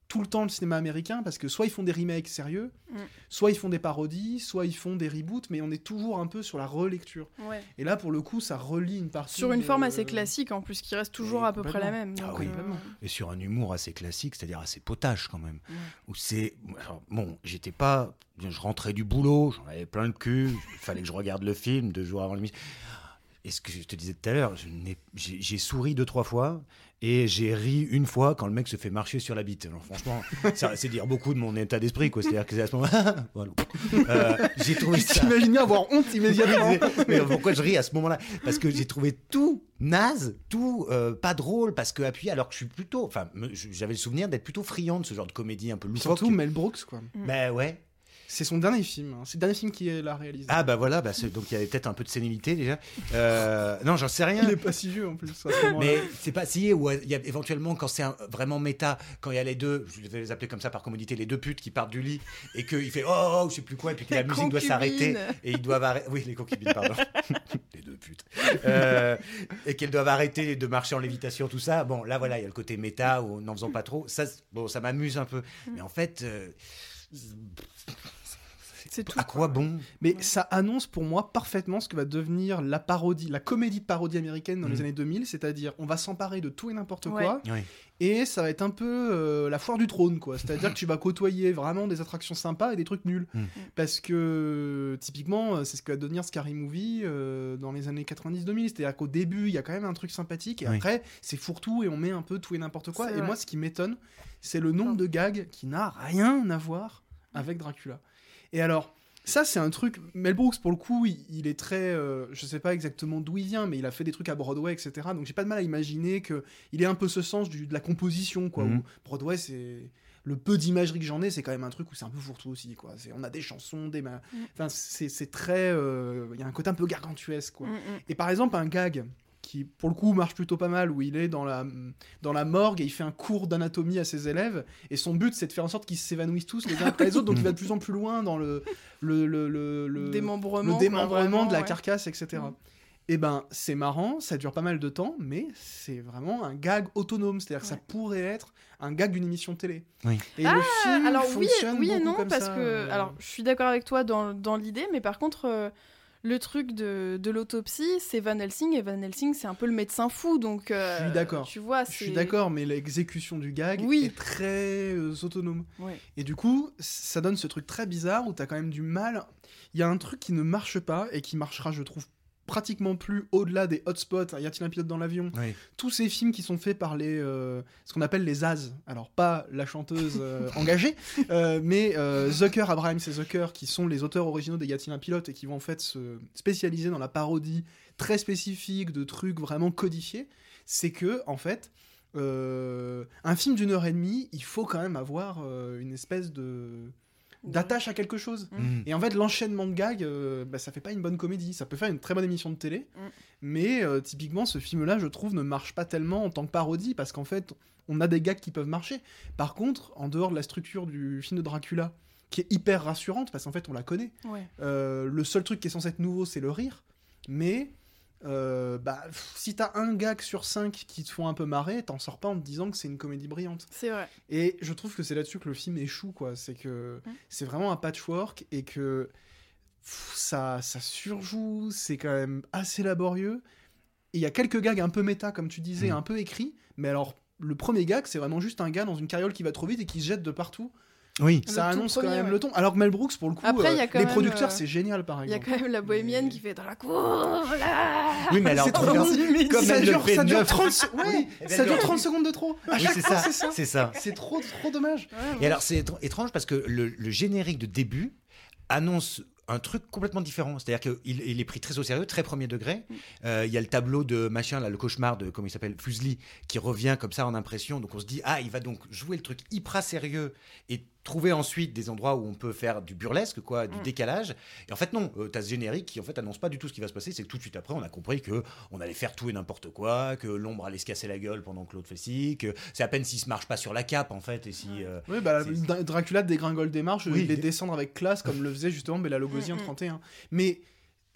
tout le temps le cinéma américain, parce que soit ils font des remakes sérieux, Mm. soit ils font des parodies, soit ils font des reboots, mais on est toujours un peu sur la relecture. Ouais. Et là, pour le coup, ça relie une partie... Sur une de- forme assez classique en plus, qui reste toujours Oui, à peu près la même. Ah donc, oui. euh, Complètement. Et sur un humour assez classique, c'est-à-dire assez potache quand même. Ouais. Où c'est. Alors, bon, j'étais pas. Je rentrais du boulot, j'en avais plein le cul, il fallait que je regarde le film deux jours avant l'émission. Et ce que je te disais tout à l'heure, je n'ai- j'ai j'ai souri deux, trois fois et j'ai ri une fois quand le mec se fait marcher sur la bite. Alors, franchement, ça, c'est dire beaucoup de mon état d'esprit, quoi. C'est-à-dire que c'est à ce moment-là. Voilà. Euh, j'ai trouvé ça. T'imagines bien avoir honte immédiatement. Mais pourquoi je ris à ce moment-là? Parce que j'ai trouvé tout naze, tout euh, pas drôle, parce que appuyé, alors que je suis plutôt. Enfin, me- j'avais le souvenir d'être plutôt friand de ce genre de comédie un peu loufoque. Surtout Mel Brooks, quoi. Ben ouais. C'est son dernier film. hein. C'est le dernier film qu'il a réalisé. Ah bah voilà, bah c'est- donc il y avait peut-être un peu de sénilité déjà. Euh, non, j'en sais rien. Il est pas si vieux en plus. à ce moment-là. Mais c'est pas si, ou il y a éventuellement quand c'est un- vraiment méta, quand il y a les deux, je vais les appeler comme ça par commodité, les deux putes qui partent du lit et qu'il fait oh, oh, oh je sais plus quoi, et puis que la Les musique doit s'arrêter concubines. et ils doivent arrêter. Oui, les concubines, pardon. Les deux putes. Euh, et qu'elles doivent arrêter de marcher en lévitation, tout ça. Bon, là voilà, il y a le côté méta où n'en faisons pas trop. Ça, c'est- bon, ça m'amuse un peu. Mais en fait. euh, C'est tout. À quoi bon? Mais ça annonce pour moi parfaitement ce que va devenir la parodie, la comédie de parodie américaine dans Mhm. les années deux mille, c'est-à-dire on va s'emparer de tout et n'importe Ouais. quoi, Oui. et ça va être un peu euh, la foire du trône, quoi. C'est-à-dire que tu vas côtoyer vraiment des attractions sympas et des trucs nuls. Mhm. Parce que, typiquement, euh, c'est ce que va devenir Scary Movie euh, dans les années quatre-vingt-dix deux mille. C'est-à-dire qu'au début, il y a quand même un truc sympathique, et Oui. après, c'est fourre-tout et on met un peu tout et n'importe quoi. C'est Et vrai. moi, ce qui m'étonne, c'est le nombre de gags qui n'a rien à voir avec Dracula. Et alors, ça, c'est un truc. Mel Brooks, pour le coup, il, il est très. euh, je sais pas exactement d'où il vient, mais il a fait des trucs à Broadway, et cetera. Donc j'ai pas de mal à imaginer qu'il ait un peu ce sens du- de la composition, quoi. Mhm. Où Broadway, c'est. Le peu d'imagerie que j'en ai, c'est quand même un truc où c'est un peu fourre-tout aussi, quoi. C'est- On a des chansons, des. ma- Mhm. Enfin, c'est c'est très. euh, Il y a un côté un peu gargantuesque, quoi. Mm, mm. Et par exemple, un gag qui, pour le coup, marche plutôt pas mal, où il est dans la, dans la morgue et il fait un cours d'anatomie à ses élèves, et son but, c'est de faire en sorte qu'ils s'évanouissent tous les uns après les autres, donc il va de plus en plus loin dans le, le, le, le, le- Démembrement. le démembrement de la ouais. carcasse, et cetera. Mhm. Et ben, c'est marrant, ça dure pas mal de temps, mais c'est vraiment un gag autonome, c'est-à-dire que ça Ouais. pourrait être un gag d'une émission de télé. Oui. Et le film Alors oui, fonctionne oui et beaucoup non, comme parce ça, que euh, alors je suis d'accord avec toi dans, dans l'idée, mais par contre euh, le truc de, de l'autopsie, c'est Van Helsing, et Van Helsing c'est un peu le médecin fou, donc euh, Je suis d'accord. Tu vois, Je suis c'est- d'accord, mais l'exécution du gag Oui. est très euh, autonome. Ouais. Et du coup, ça donne ce truc très bizarre où t'as quand même du mal. Il y a un truc qui ne marche pas et qui marchera, je trouve, pratiquement plus au-delà des hotspots. Y a-t-il un pilote dans l'avion? Oui. Tous ces films qui sont faits par les, euh, ce qu'on appelle les As. Alors, pas la chanteuse euh, engagée, euh, mais euh, Zucker, Abrahams et Zucker, qui sont les auteurs originaux des Y a-t-il un pilote et qui vont en fait se spécialiser dans la parodie très spécifique de trucs vraiment codifiés. C'est que, en fait, euh, un film d'une heure et demie, il faut quand même avoir euh, une espèce de d'attache à quelque chose. Mm. Et en fait, l'enchaînement de gags, euh, bah, ça fait pas une bonne comédie. Ça peut faire une très bonne émission de télé, Mm. mais euh, typiquement, ce film-là, je trouve, ne marche pas tellement en tant que parodie, parce qu'en fait, on a des gags qui peuvent marcher. Par contre, en dehors de la structure du film de Dracula, qui est hyper rassurante, parce qu'en fait, on la connaît, Ouais. euh, le seul truc qui est censé être nouveau, c'est le rire, mais... euh, bah, pff, si t'as un gag sur cinq qui te font un peu marrer, t'en sors pas en te disant que c'est une comédie brillante. C'est vrai. Et je trouve que c'est là-dessus que le film échoue, quoi. C'est que Mm. c'est vraiment un patchwork et que pff, ça, ça surjoue, c'est quand même assez laborieux. Et il y a quelques gags un peu méta, comme tu disais, Mm. un peu écrits, mais alors le premier gag, c'est vraiment juste un gars dans une carriole qui va trop vite et qui se jette de partout. Oui. Le Ça tout annonce premier, quand même ouais. le ton. Alors que Mel Brooks, pour le coup, Après, il y a euh, quand les même, producteurs, euh, c'est génial, par Il y a exemple. quand même la bohémienne Mais- qui fait dans la cour là. Oui, mais alors, C'est trop regarde, long. comme ça elle le dure, fait ça dure neuf. trente se- ouais, Oui, elle ça dure- dure trente secondes de trop. À Oui, chaque c'est fois, ça. c'est ça. C'est ça. C'est trop, trop dommage. Ouais, Et alors, c'est étr- étrange parce que le, le générique de début annonce un truc complètement différent. C'est-à-dire qu'il il est pris très au sérieux, très premier degré. Euh, Il y a le tableau de machin, là, le cauchemar de, comment il s'appelle, Fuseli, qui revient comme ça en impression. Donc on se dit, ah, il va donc jouer le truc hyper sérieux et trouver ensuite des endroits où on peut faire du burlesque, quoi, du Mm. décalage. Et en fait, non, euh, t'as ce générique qui, en fait, annonce pas du tout ce qui va se passer. C'est que tout de suite après, on a compris que on allait faire tout et n'importe quoi, que l'ombre allait se casser la gueule pendant que l'autre fait ci, que c'est à peine s'il se marche pas sur la cape, en fait, et si... euh, Oui, bah, C'est- Dra- Dracula dégringole des marches, Oui, il les des- descendre avec classe, comme le faisait justement Bela Lugosi en Mm, mm. trente et un. Mais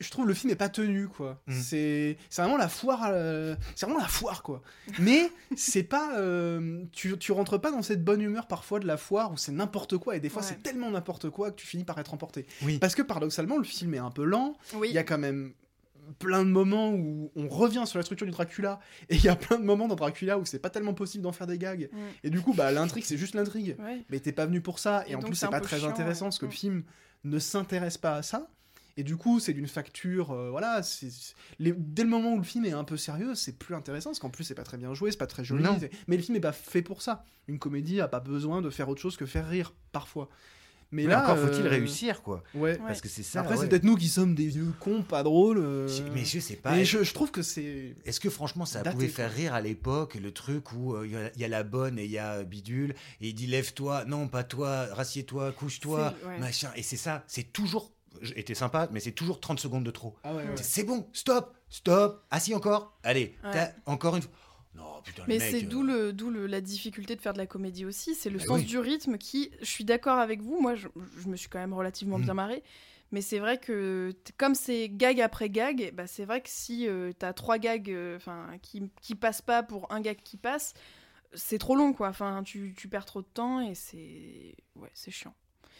je trouve le film est pas tenu, quoi. Mm. C'est, c'est vraiment la foire, à la- c'est vraiment la foire, quoi. Mais c'est pas, euh, tu, tu rentres pas dans cette bonne humeur parfois de la foire où c'est n'importe quoi et des fois Ouais. c'est tellement n'importe quoi que tu finis par être emporté. Oui. Parce que paradoxalement, le film est un peu lent. Oui. Il y a quand même plein de moments où on revient sur la structure du Dracula et il y a plein de moments dans Dracula où c'est pas tellement possible d'en faire des gags. Mm. Et du coup, bah l'intrigue c'est juste l'intrigue. Ouais. Mais t'es pas venu pour ça et, Et en donc, plus c'est c'est un pas peu très chiant, intéressant ouais. parce que le Mm. film ne s'intéresse pas à ça. Et du coup, c'est d'une facture, euh, voilà. C'est, c'est- les- dès le moment où le film est un peu sérieux, c'est plus intéressant parce qu'en plus c'est pas très bien joué, c'est pas très joli. Non. c'est- Mais le film est pas fait pour ça. Une comédie a pas besoin de faire autre chose que faire rire parfois. Mais Mais là, encore faut-il euh, réussir, quoi. Ouais. Ouais. Parce que c'est ça. Après, ouais. c'est peut-être nous qui sommes des vieux cons pas drôles. euh, Je- Mais je sais pas. Mais je, je trouve que c'est. Est-ce que franchement ça Daté, pouvait quoi. faire rire à l'époque, le truc où il y, y a la bonne et il y a Bidule, et il dit lève-toi, non pas toi, rassieds-toi, couche-toi, C'est- ouais. machin. Et c'est ça, c'est toujours, était sympa, mais c'est toujours trente secondes de trop. Ah ouais, ouais. C'est bon, stop, stop, assis encore, allez, Ouais. t'as encore une fois. Non, putain, Mais le mec, c'est euh, d'où, le, d'où le, la difficulté de faire de la comédie aussi, c'est le Bah sens oui. du rythme qui, je suis d'accord avec vous, moi je, je me suis quand même relativement Mm. bien marrée, mais c'est vrai que t- comme c'est gag après gag, bah c'est vrai que si euh, t'as trois gags euh, 'fin, qui, qui passent pas pour un gag qui passe, c'est trop long quoi, enfin, tu, tu perds trop de temps et c'est, ouais, c'est chiant.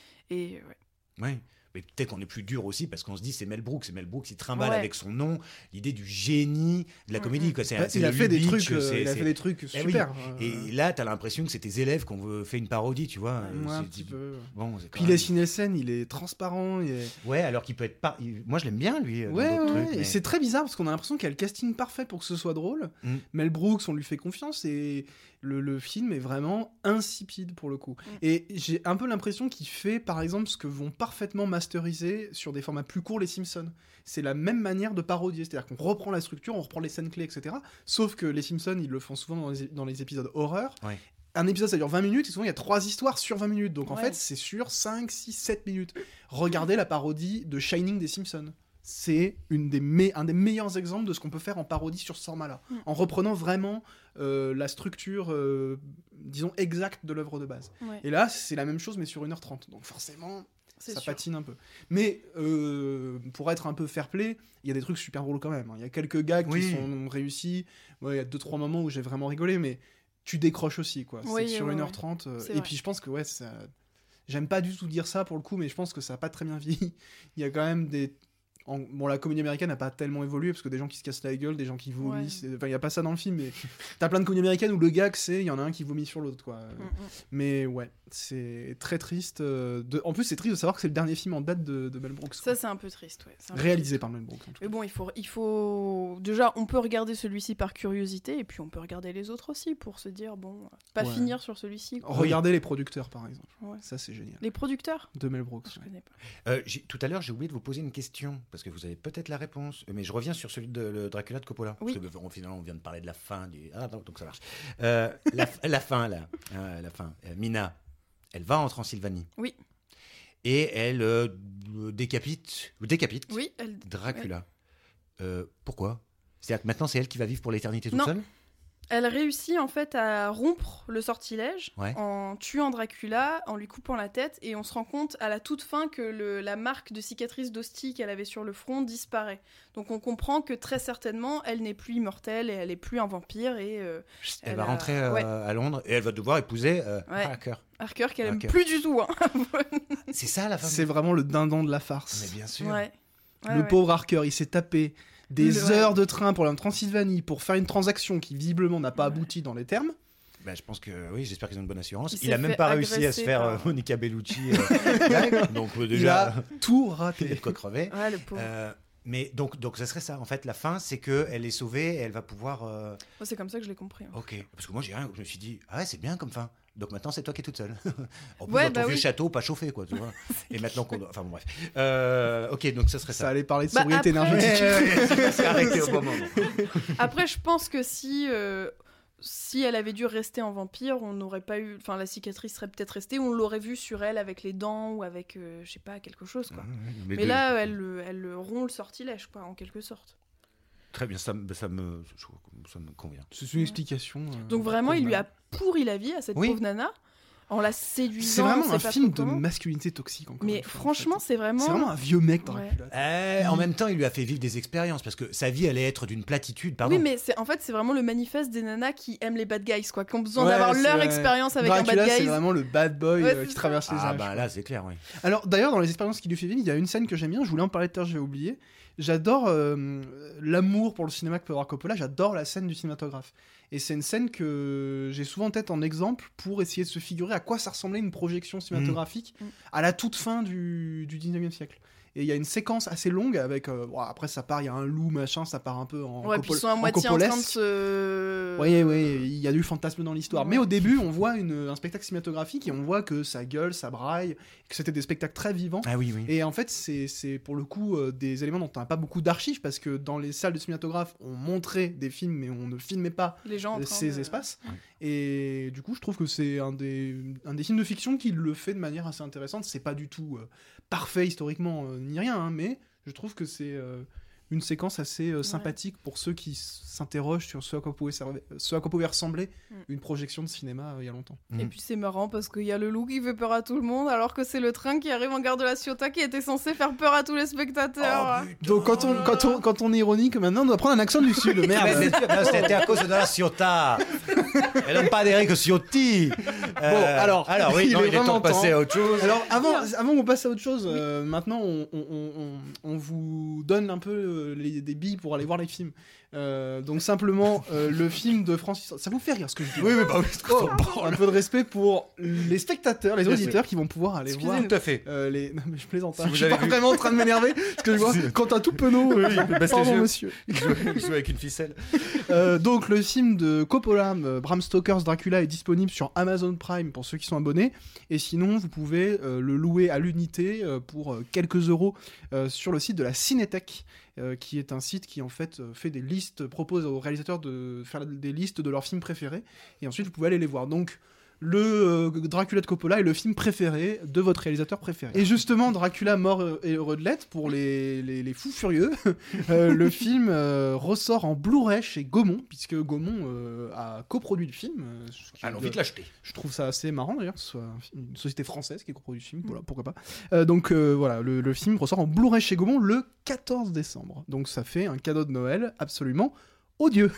Et ouais. Ouais. Mais peut-être qu'on est plus dur aussi parce qu'on se dit c'est Mel Brooks, c'est Mel Brooks, il trimballe Ouais. avec son nom, l'idée du génie de la Mm, comédie. mm. Quoi. C'est, Bah, c'est il a le fait des Lubitsch, trucs, euh, c'est- il a c'est- fait des trucs Eh super. oui. euh, Et là, t'as l'impression que c'est tes élèves qu'on veut fait une parodie, tu vois. ouais, C'est- un petit peu. Bon, c'est quand Puis même- les ciné-scènes, il est transparent. Il est... Ouais, alors qu'il peut être pas. il- Moi, je l'aime bien, lui. dans Ouais, ouais, d'autres ouais. trucs, Et mais- c'est très bizarre parce qu'on a l'impression qu'il y a le casting parfait pour que ce soit drôle. Mm. Mel Brooks, on lui fait confiance et le, le film est vraiment insipide pour le coup. Mm. Et j'ai un peu l'impression qu'il fait, par exemple, ce que vont parfaitement masteriser sur des formats plus courts les Simpsons. C'est la même manière de parodier, c'est-à-dire qu'on reprend la structure, on reprend les scènes clés, et cetera. Sauf que les Simpsons, ils le font souvent dans les, dans les épisodes horreur. Ouais. Un épisode, ça dure vingt minutes, et souvent il y a trois histoires sur vingt minutes. Donc en Ouais. fait, c'est sur cinq, six, sept minutes. Regardez la parodie de Shining des Simpsons. C'est une des me- un des meilleurs exemples de ce qu'on peut faire en parodie sur ce format-là. Mm. En reprenant vraiment euh, la structure, euh, disons, exacte de l'œuvre de base. Ouais, Et là, c'est la même chose, mais sur une heure trente. Donc forcément, c'est ça sûr. patine un peu. Mais euh, pour être un peu fair-play, il y a des trucs super drôles quand même. hein. Il y a quelques gags Oui. qui sont réussis. Ouais, il y a deux trois moments où j'ai vraiment rigolé, mais tu décroches aussi, quoi. Oui, c'est sur ouais, une heure ouais. trente. euh, C'est et vrai. puis je pense que, ouais, ça... J'aime pas du tout dire ça pour le coup, mais je pense que ça a pas très bien vieilli. Il y a quand même des... en- Bon, la comédie américaine n'a pas tellement évolué, parce que des gens qui se cassent la gueule, des gens qui vomissent... Enfin, il y a pas ça dans le film, mais t'as plein de comédies américaines où le gag, c'est... Il y en a un qui vomit sur l'autre, quoi. Mm, mm. Mais ouais, c'est très triste. euh, De... En plus, c'est triste de savoir que c'est le dernier film en date de, de Mel Brooks. Ça quoi. c'est un peu triste, ouais. c'est un peu Réalisé triste. par Mel Brooks. En tout cas. Mais bon, il faut, il faut... Déjà, on peut regarder celui-ci par curiosité, et puis on peut regarder les autres aussi, pour se dire, bon, pas Ouais. finir sur celui-ci. quoi. Regardez les producteurs, par exemple. Ouais. Ça, c'est génial. Les producteurs De Mel Brooks. Je ouais. connais pas. Euh, j'ai- tout à l'heure, j'ai oublié de vous poser une question, parce que vous avez peut-être la réponse, mais je reviens sur celui de le Dracula de Coppola. Oui. Parce que bon, finalement, on vient de parler de la fin. Du... Ah, donc, donc ça marche. Euh, la, la fin, là. hein, la fin. Euh, Mina, elle va en Transylvanie. Oui. Et elle euh, décapite, ou décapite Oui, elle... Dracula. Euh, pourquoi C'est-à-dire que maintenant, c'est elle qui va vivre pour l'éternité toute Non. seule Elle réussit en fait à rompre le sortilège Ouais. en tuant Dracula, en lui coupant la tête, et on se rend compte à la toute fin que le- la marque de cicatrice d'hostie qu'elle avait sur le front disparaît. Donc on comprend que très certainement elle n'est plus immortelle et elle n'est plus un vampire, et euh, Elle, Elle va a- rentrer euh, ouais. à Londres et elle va devoir épouser euh, Ouais. Harker. Harker qu'elle aime Ok. plus du tout. Hein. C'est ça la fin C'est vraiment le dindon de la farce. Mais bien sûr. Ouais. Ouais, le ouais. pauvre Harker, il s'est tapé des Le- ouais. heures de train pour aller en Transylvanie pour faire une transaction qui visiblement n'a pas Ouais. abouti dans les termes. Ben, je pense que oui, j'espère qu'ils ont une bonne assurance. Il Il, s'est a même fait pas réussi à se agresser faire par- euh, Monica Bellucci. euh, donc euh, Il déjà, a tout il raté. est de quoi crever. Ouais, le pauvre. Euh, mais donc, donc ça serait ça. En fait, la fin, c'est que elle est sauvée et elle va pouvoir. euh, Moi, c'est comme ça que je l'ai compris. hein. Ok. Parce que moi, j'ai rien. Je me suis dit, ah ouais, c'est bien comme fin. Donc maintenant, c'est toi qui es toute seule. En plus, Ouais, dans ton bah vieux oui. château, pas chauffé, quoi, tu vois. Et maintenant qu'on. Enfin bon, bref. Euh, ok, donc ça serait Ça ça. allait parler de Bah, sobriété après- énergétique. Ouais, ouais, ouais, c'est arrêté au bon moment. Après, je pense que si, euh, si elle avait dû rester en vampire, on n'aurait pas eu. Enfin, la cicatrice serait peut-être restée, on l'aurait vue sur elle avec les dents ou avec, euh, je sais pas, quelque chose, quoi. Mais Mais de- là, elle, le- elle le rompt le sortilège, quoi, en quelque sorte. Très bien, ça, me- ça, me, ça me convient. C'est une explication. euh, Donc vraiment, il lui a raisonnable. pourri la vie à cette Oui. pauvre nana. en la séduisant. C'est vraiment on un sait pas film trop de comment. masculinité toxique. Encore Mais une fois, franchement, en fait. c'est vraiment. c'est vraiment un vieux mec dans Ouais. la Eh, en même temps, il lui a fait vivre des expériences parce que sa vie allait être d'une platitude. Pardon. Oui, mais c'est en fait c'est vraiment le manifeste des nanas qui aiment les bad guys, quoi, qui ont besoin Ouais, d'avoir c'est leur vrai. expérience avec Dracula, un bad c'est guy. vraiment le bad boy Ouais, euh, c'est qui ça. traverse les Ah âges. bah là, c'est clair, oui. Alors d'ailleurs, dans les expériences qu'il lui fait vivre, il y a une scène que j'aime bien. Je voulais en parler tout à l'heure, j'avais oublié. J'adore euh, l'amour pour le cinéma que peut avoir Coppola. J'adore la scène du cinématographe. Et c'est une scène que j'ai souvent en tête en exemple pour essayer de se figurer à quoi ça ressemblait une projection cinématographique Mmh. à la toute fin du, du dix-neuvième siècle. Et il y a une séquence assez longue avec. Euh, bon, après, ça part, il y a un loup, machin, ça part un peu en. Ouais, puis ils Coppol- sont à moitié en train de coppolesque. se. Oui, oui, il y a du fantasme dans l'histoire. Ouais. Mais au début, on voit une, un spectacle cinématographique et on voit que ça gueule, ça braille, que c'était des spectacles très vivants. Ah oui, oui. Et en fait, c'est c'est pour le coup euh, des éléments dont on n'a pas beaucoup d'archives parce que dans les salles de cinématographe, on montrait des films mais on ne filmait pas Les gens en euh, train ces de- espaces. Ouais. Et du coup, je trouve que c'est un des, un des films de fiction qui le fait de manière assez intéressante. C'est pas du tout euh, parfait historiquement euh, ni rien, hein, mais je trouve que c'est euh, une séquence assez euh, sympathique pour ceux qui s- s'interrogent sur ce à quoi pouvait, serv- ce à quoi pouvait ressembler Mm. une projection de cinéma euh, il y a longtemps. Et Mm. puis c'est marrant parce qu'il y a le loup qui fait peur à tout le monde alors que c'est le train qui arrive en gare de la Ciotat qui était censé faire peur à tous les spectateurs. Oh, putain. Donc quand on, quand, on, quand on est ironique, maintenant on doit prendre un accent du sud, Mais merde. bien sûr, non, c'était à cause de la Ciotat. Elle n'aime pas d'Eric Ciotti. Euh, alors, alors oui, il non, est il est temps vraiment de passer temps. à autre chose. Alors avant, avant qu'on passe à autre chose, euh, maintenant on, on, on, on- on vous donne un peu euh, les, des billes pour aller voir les films. Euh, donc simplement euh, le film de Francis, ça vous fait rire ce que je dis? Oui, oui, bah oui. Oh, un peu de respect pour les spectateurs, les Bien auditeurs qui vont pouvoir aller voir. Tout à fait. euh, les... Non mais je plaisante, hein. Si vous je suis avez pas vu- vraiment en train de m'énerver parce que je vois quand un tout penaud. Oui, il baisse les Pardon yeux. monsieur. Il joue, il joue avec une ficelle. Euh, donc le film de Coppola, euh, Bram Stoker's Dracula est disponible sur Amazon Prime pour ceux qui sont abonnés, et sinon vous pouvez euh, le louer à l'unité euh, pour euh, quelques euros euh, sur le site de la Cinétech, euh, qui est un site qui en fait euh, fait des listes, propose aux réalisateurs de faire des listes de leurs films préférés, et ensuite vous pouvez aller les voir. Donc le euh, Dracula de Coppola est le film préféré de votre réalisateur préféré. Et justement, Dracula mort euh, et heureux de l'être, pour les, les, les fous furieux, euh, le film euh, ressort en Blu-ray chez Gaumont, puisque Gaumont euh, a coproduit le film. euh, ce qui- Allons vite l'acheter. je trouve ça assez marrant d'ailleurs que ce soit un fi- une société française qui ait coproduit le film, voilà, pourquoi pas. Euh, donc euh, voilà, le, le film ressort en Blu-ray chez Gaumont le quatorze décembre. Donc ça fait un cadeau de Noël absolument odieux.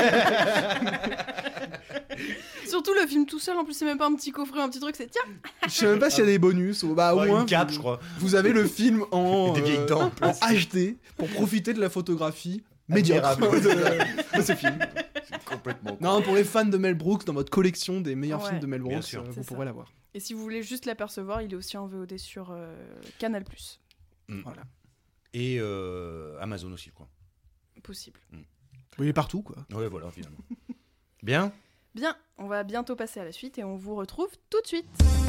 Surtout le film tout seul, en plus c'est même pas un petit coffret, un petit truc, c'est tiens. Je sais même pas s'il y a des bonus, ou bah au Ouais, moins une cape, vous, je crois. vous avez le film en, Et des vieilles euh, dents, en en plus. H D pour profiter de la photographie médiocre Admirable. de, de ce film. C'est complètement. Non, pour les fans de Mel Brooks, dans votre collection des meilleurs Ouais, films de Mel bien Brooks, sûr. euh, vous C'est ça. pourrez l'avoir. Et si vous voulez juste l'apercevoir, il est aussi en V O D sur euh, Canal+. Mm. Voilà, Et euh, Amazon aussi, quoi. possible. Oui, il est partout quoi. Ouais, voilà, finalement. Bien. Bien, on va bientôt passer à la suite et on vous retrouve tout de suite.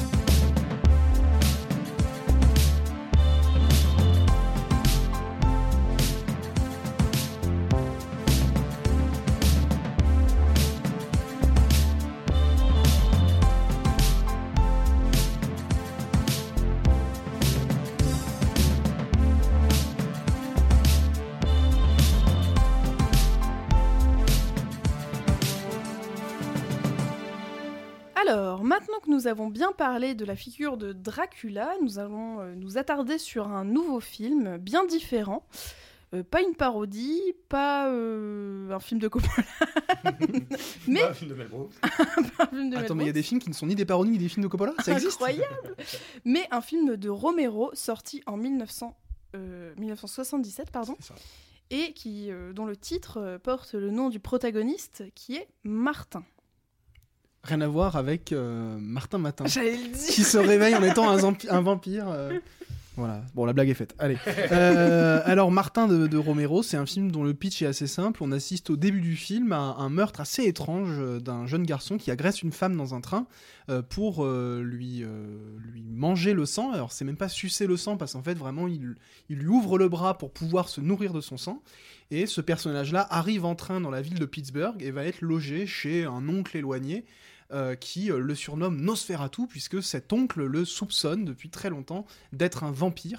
Alors, maintenant que nous avons bien parlé de la figure de Dracula, nous allons euh, nous attarder sur un nouveau film bien différent. Euh, pas une parodie, pas euh, un film de Coppola, mais Bah, film de Mel Brooks. un film de Mel Attends, mais il y a Brooks. des films qui ne sont ni des parodies ni des films de Coppola. Ça existe? Incroyable. Mais un film de Romero sorti en mille neuf cents, euh, mille neuf cent soixante-dix-sept, pardon, C'est ça. et qui, euh, dont le titre euh, porte le nom du protagoniste, qui est Martin. Rien à voir avec euh, Martin Matin, J'allais le dire. qui se réveille en étant un, zampi- un vampire. euh. Voilà, bon, la blague est faite. Allez. Euh, alors, Martin de, de Romero, c'est un film dont le pitch est assez simple. On assiste au début du film à un meurtre assez étrange euh, d'un jeune garçon qui agresse une femme dans un train euh, pour euh, lui, euh, lui manger le sang. Alors, c'est même pas sucer le sang, parce qu'en fait, vraiment, il, il lui ouvre le bras pour pouvoir se nourrir de son sang. Et ce personnage-là arrive en train dans la ville de Pittsburgh et va être logé chez un oncle éloigné euh, qui euh, le surnomme Nosferatu, puisque cet oncle le soupçonne depuis très longtemps d'être un vampire.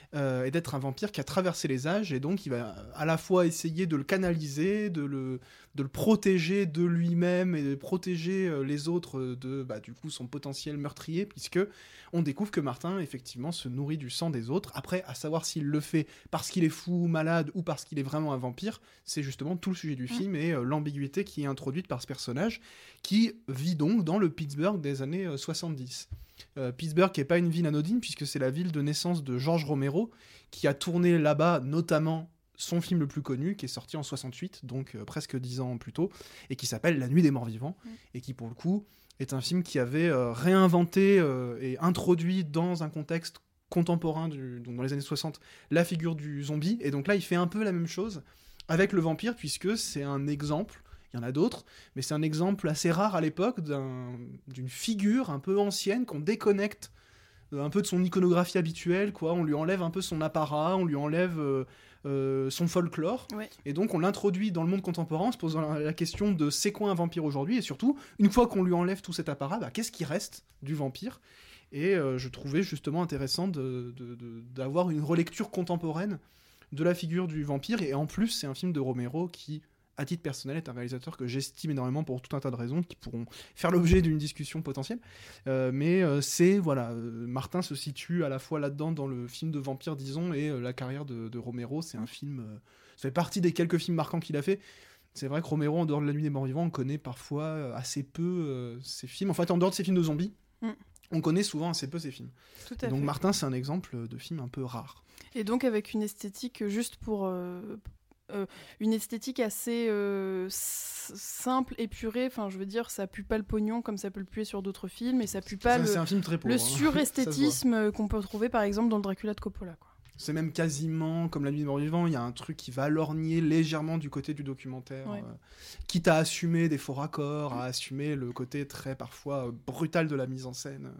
euh, et d'être un vampire qui a traversé les âges, et donc il va à la fois essayer de le canaliser, de le, de le protéger de lui-même et de protéger euh, les autres de bah, du coup son potentiel meurtrier, puisque on découvre que Martin effectivement se nourrit du sang des autres. Après, à savoir s'il le fait parce qu'il est fou, malade, ou parce qu'il est vraiment un vampire, c'est justement tout le sujet du film et euh, l'ambiguïté qui est introduite par ce personnage qui vit donc dans le Pittsburgh des années euh, soixante-dix. Euh, Pittsburgh qui n'est pas une ville anodine, puisque c'est la ville de naissance de George Romero, qui a tourné là-bas notamment son film le plus connu, qui est sorti en soixante-huit, donc euh, presque dix ans plus tôt, et qui s'appelle La Nuit des Morts Vivants, mmh. et qui pour le coup est un film qui avait euh, réinventé euh, et introduit dans un contexte contemporain, du, donc dans les années soixante, la figure du zombie, et donc là il fait un peu la même chose avec le vampire, puisque c'est un exemple. Il y en a d'autres, mais c'est un exemple assez rare à l'époque d'un, d'une figure un peu ancienne qu'on déconnecte euh, un peu de son iconographie habituelle, quoi. On lui enlève un peu son apparat, on lui enlève euh, euh, son folklore, ouais. Et donc on l'introduit dans le monde contemporain en se posant la, la question de c'est quoi un vampire aujourd'hui, et surtout, une fois qu'on lui enlève tout cet apparat, bah, qu'est-ce qui reste du vampire ? Et euh, je trouvais justement intéressant de, de, de, d'avoir une relecture contemporaine de la figure du vampire, et en plus c'est un film de Romero qui, à titre personnel, est un réalisateur que j'estime énormément pour tout un tas de raisons qui pourront faire l'objet d'une discussion potentielle. Euh, mais euh, c'est, voilà, euh, Martin se situe à la fois là-dedans dans le film de vampire, disons, et euh, la carrière de, de Romero. C'est un film, euh, ça fait partie des quelques films marquants qu'il a fait. C'est vrai que Romero, en dehors de La Nuit des Morts Vivants, on connaît parfois euh, assez peu euh, ses films. En fait, en dehors de ses films de zombies, mm. on connaît souvent assez peu ses films. Tout à et donc fait. Martin, c'est un exemple de film un peu rare. Et donc avec une esthétique, juste pour... Euh... Euh, une esthétique assez euh, s- simple, épurée, enfin je veux dire ça pue pas le pognon comme ça peut le puer sur d'autres films, et ça pue pas ça, le, c'est un film très pauvre, le hein. suresthétisme qu'on peut trouver par exemple dans le Dracula de Coppola, quoi. C'est même quasiment comme La Nuit des Morts Vivants, il y a un truc qui va lorgner légèrement du côté du documentaire, ouais. euh, quitte à assumer des faux raccords, à assumer le côté très parfois euh, brutal de la mise en scène.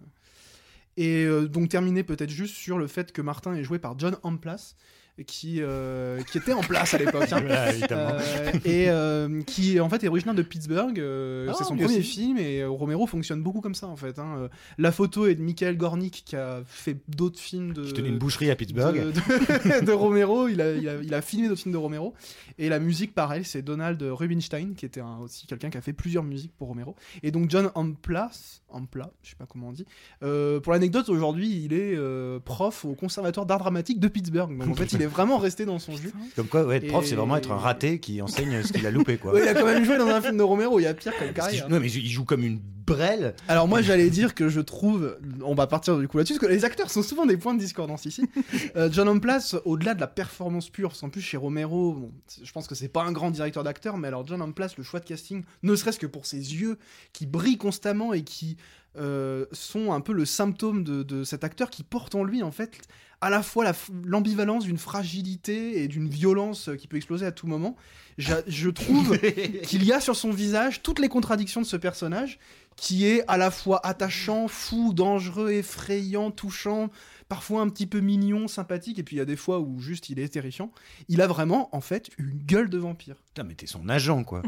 Et euh, donc terminer peut-être juste sur le fait que Martin est joué par John Amplas, qui, euh, qui était en place à l'époque, hein. Voilà, évidemment. Euh, et euh, qui en fait est originaire de Pittsburgh. Euh, oh, c'est son premier aussi. film, et euh, Romero fonctionne beaucoup comme ça en fait, hein. Euh, la photo est de Michael Gornick, qui a fait d'autres films de. Qui tenait une boucherie à Pittsburgh. De, de, de Romero, il a, il, a, il a filmé d'autres films de Romero. Et la musique, pareil, c'est Donald Rubinstein, qui était un, aussi quelqu'un qui a fait plusieurs musiques pour Romero. Et donc John Amplas, Amplas, je sais pas comment on dit. Euh, pour l'anecdote, aujourd'hui, il est euh, prof au conservatoire d'art dramatique de Pittsburgh. Donc en fait, il est vraiment resté dans son jus. Comme quoi, ouais, être prof, et... c'est vraiment être un raté qui enseigne ce qu'il a loupé, quoi. Ouais, il a quand même joué dans un film de Romero, il y a pire comme carrière. Non, mais il joue comme une brêle. Alors moi, j'allais dire que je trouve, on va partir du coup là-dessus, parce que les acteurs sont souvent des points de discordance ici. euh, John Amplas, au-delà de la performance pure, parce qu'en plus chez Romero, bon, je pense que c'est pas un grand directeur d'acteurs, mais alors John Amplas, le choix de casting, ne serait-ce que pour ses yeux qui brillent constamment et qui euh, sont un peu le symptôme de, de cet acteur qui porte en lui en fait à la fois la, l'ambivalence d'une fragilité et d'une violence qui peut exploser à tout moment. Je, je trouve qu'il y a sur son visage toutes les contradictions de ce personnage, qui est à la fois attachant, fou, dangereux, effrayant, touchant, parfois un petit peu mignon, sympathique, et puis il y a des fois où juste il est terrifiant. Il a vraiment, en fait, une gueule de vampire. Putain, mais t'es son agent, quoi.